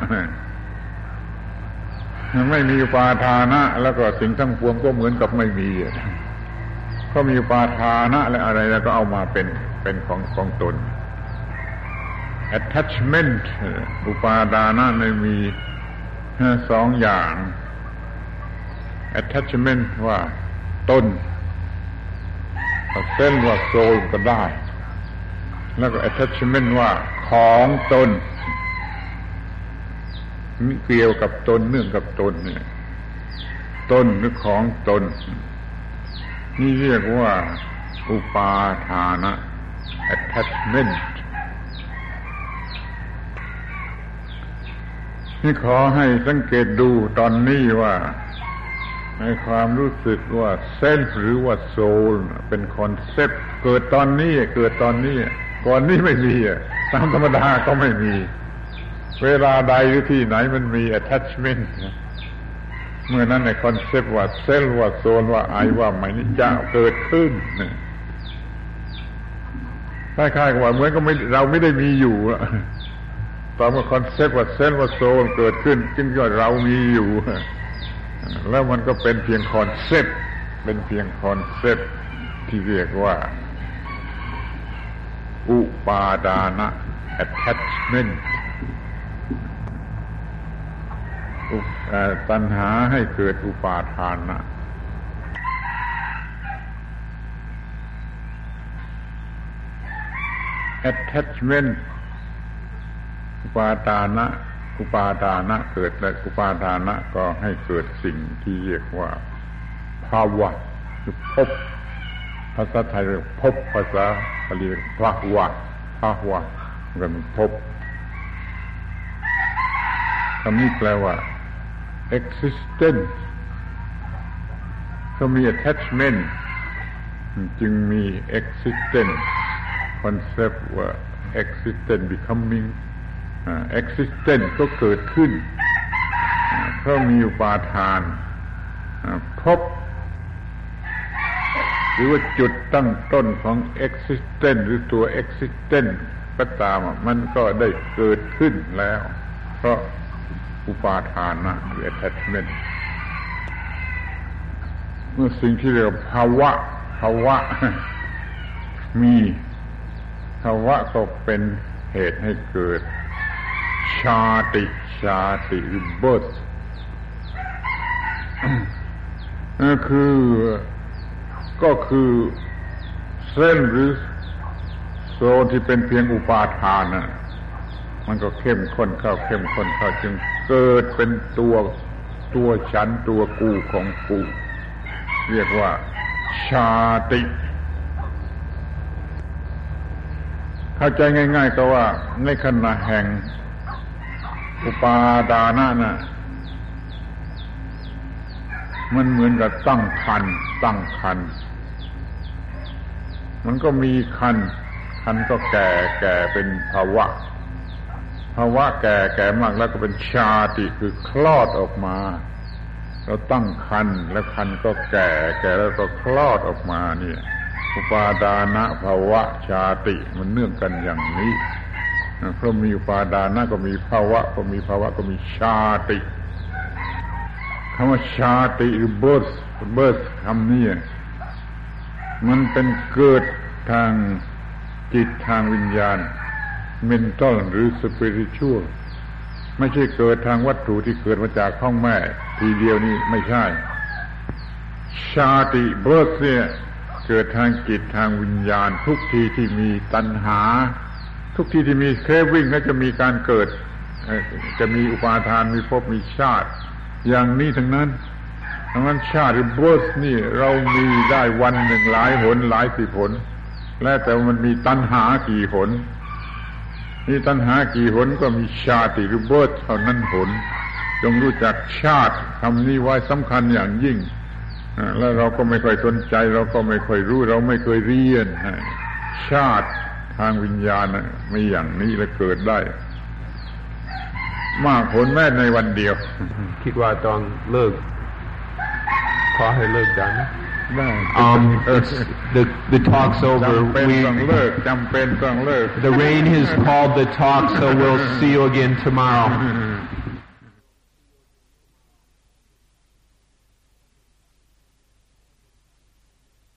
ไม่มีอุปาทานะแล้วก็สิ่งทั้งปวงก็เหมือนกับไม่มีก็มีอุปาทานะและอะไรแล้วก็เอามาเป็นเป็นของของตน attachment อุปาทานะในมีสองอย่าง attachment ว่าตนเส้นว่าโซลก็ได้แล้วก็ attachment ว่าของตนนี่เกี่ยวกับตนเนื่องกับตนเนี่ยตนหรือของตนนี่เรียกว่าอุปาทานะ attachment นี่ขอให้สังเกตดูตอนนี้ว่าในความรู้สึกว่าเซนส์หรือว่าโซลเป็นคอนเซปต์เกิดตอนนี้เกิดตอนนี้ก่อนนี้ไม่มีตามธรรมดาก็ไม่มีเวลาใดหรือที่ไหนมันมี attachment เมื่อนั้นในคอนเซปต์ว่าเซลว่าโซลว่าไอว่าไม่นี่จะเกิดขึ้นคล้ายๆกับว่าเหมือนก็ไม่เราไม่ได้มีอยู่ตอนเมื่อคอนเซปต์ว่าเซลว่าโซลเกิดขึ้นจึงว่าเรามีอยู่แล้วมันก็เป็นเพียงคอนเซปต์เป็นเพียงคอนเซ็ปต์ที่เรียกว่าอุปาดานะ attachment ตัณหาให้เกิดอุปาทานะattachment อุปาทานะอุปาทานะเกิดและอุปาทานะก็ให้เกิดสิ่งที่เรียกว่าภาวะคือภพภาษาไทยเรียกภพภาษาบาลีเรียกภาวะภาวะกันภพคำนี้แปลว่า existence เขามี attachment จึงมี existence concept ว่า existence becoming uh, existence ก็เกิดขึ้นเพราะมีอุปาทานพบหรือว่าจุดตั้งต้นของ existence หรือตัว existence ก็ตามมันก็ได้เกิดขึ้นแล้วเพราะอุปาทานนะหรือ attachment เมื่อสิ่งที่เรียกภาวะภาวะมีภาวะก็เป็นเหตุให้เกิดชาติชาติหรือ birth นั่นคือก็คือเส้นหรือโซนที่เป็นเพียงอุปาทานน่ะมันก็เข้มข้นเข้าเข้มข้นเข้าจึงเกิดเป็นตัวตัวฉันตัวกูของกูเรียกว่าชาติเข้าใจง่ายๆก็ว่าในขณะแห่งอุปาดานะน่ะมันเหมือนกับตั้งครรภ์ตั้งครรภ์มันก็มีครรภ์ครรภ์ก็แก่แก่เป็นภาวะภาวะแก่แก่มากแล้วก็เป็นชาติคือคลอดออกมาเราตั้งครรภ์แล้วครรภ์ก็แก่แก่แล้วก็คลอดออกมาเนี่ยอุปาดานะภาวะชาติมันเนื่องกันอย่างนี้เพราะมีอุปาดานะก็มีภาวะก็มีภาวะก็มีชาติคำว่าชาติหรือ birth birth คำนี้มันเป็นเกิดทางจิตทางวิญญาณ mental หรือ spiritual ไม่ใช่เกิดทางวัตถุที่เกิดมาจากท้องแม่ทีเดียวนี้ไม่ใช่ชาติ birth เนี่ยเกิดทางจิตทางวิญญาณทุกทีที่มีตัณหาทุกทีที่มี craving ก็จะมีการเกิดจะมีอุปาทานมีภพมีชาติอย่างนี้ทั้งนั้นทั้งนั้นชาติหรือ birth นี่เรามีได้วันหนึ่งหลายหนหลายสิบหนแล้วแต่มันมีตัณหากี่หนมีตัณหากี่หนก็มีชาติหรือ birth เท่านั้นหนจงรู้จักชาติคำนี้ไว้สำคัญอย่างยิ่งแล้วเราก็ไม่ค่อยสนใจเราก็ไม่ค่อยรู้เราไม่เคยเรียนชาติทางวิญญาณมีอย่างนี้และเกิดได้มากผลแม้ในวันเดียวคิดว่าตอนเลิกขอให้เลิกได้นะได้ um the the talk's over we ต้องเลิกจำเป็นต้องเลิก the rain has called the talk so we'll see you again tomorrow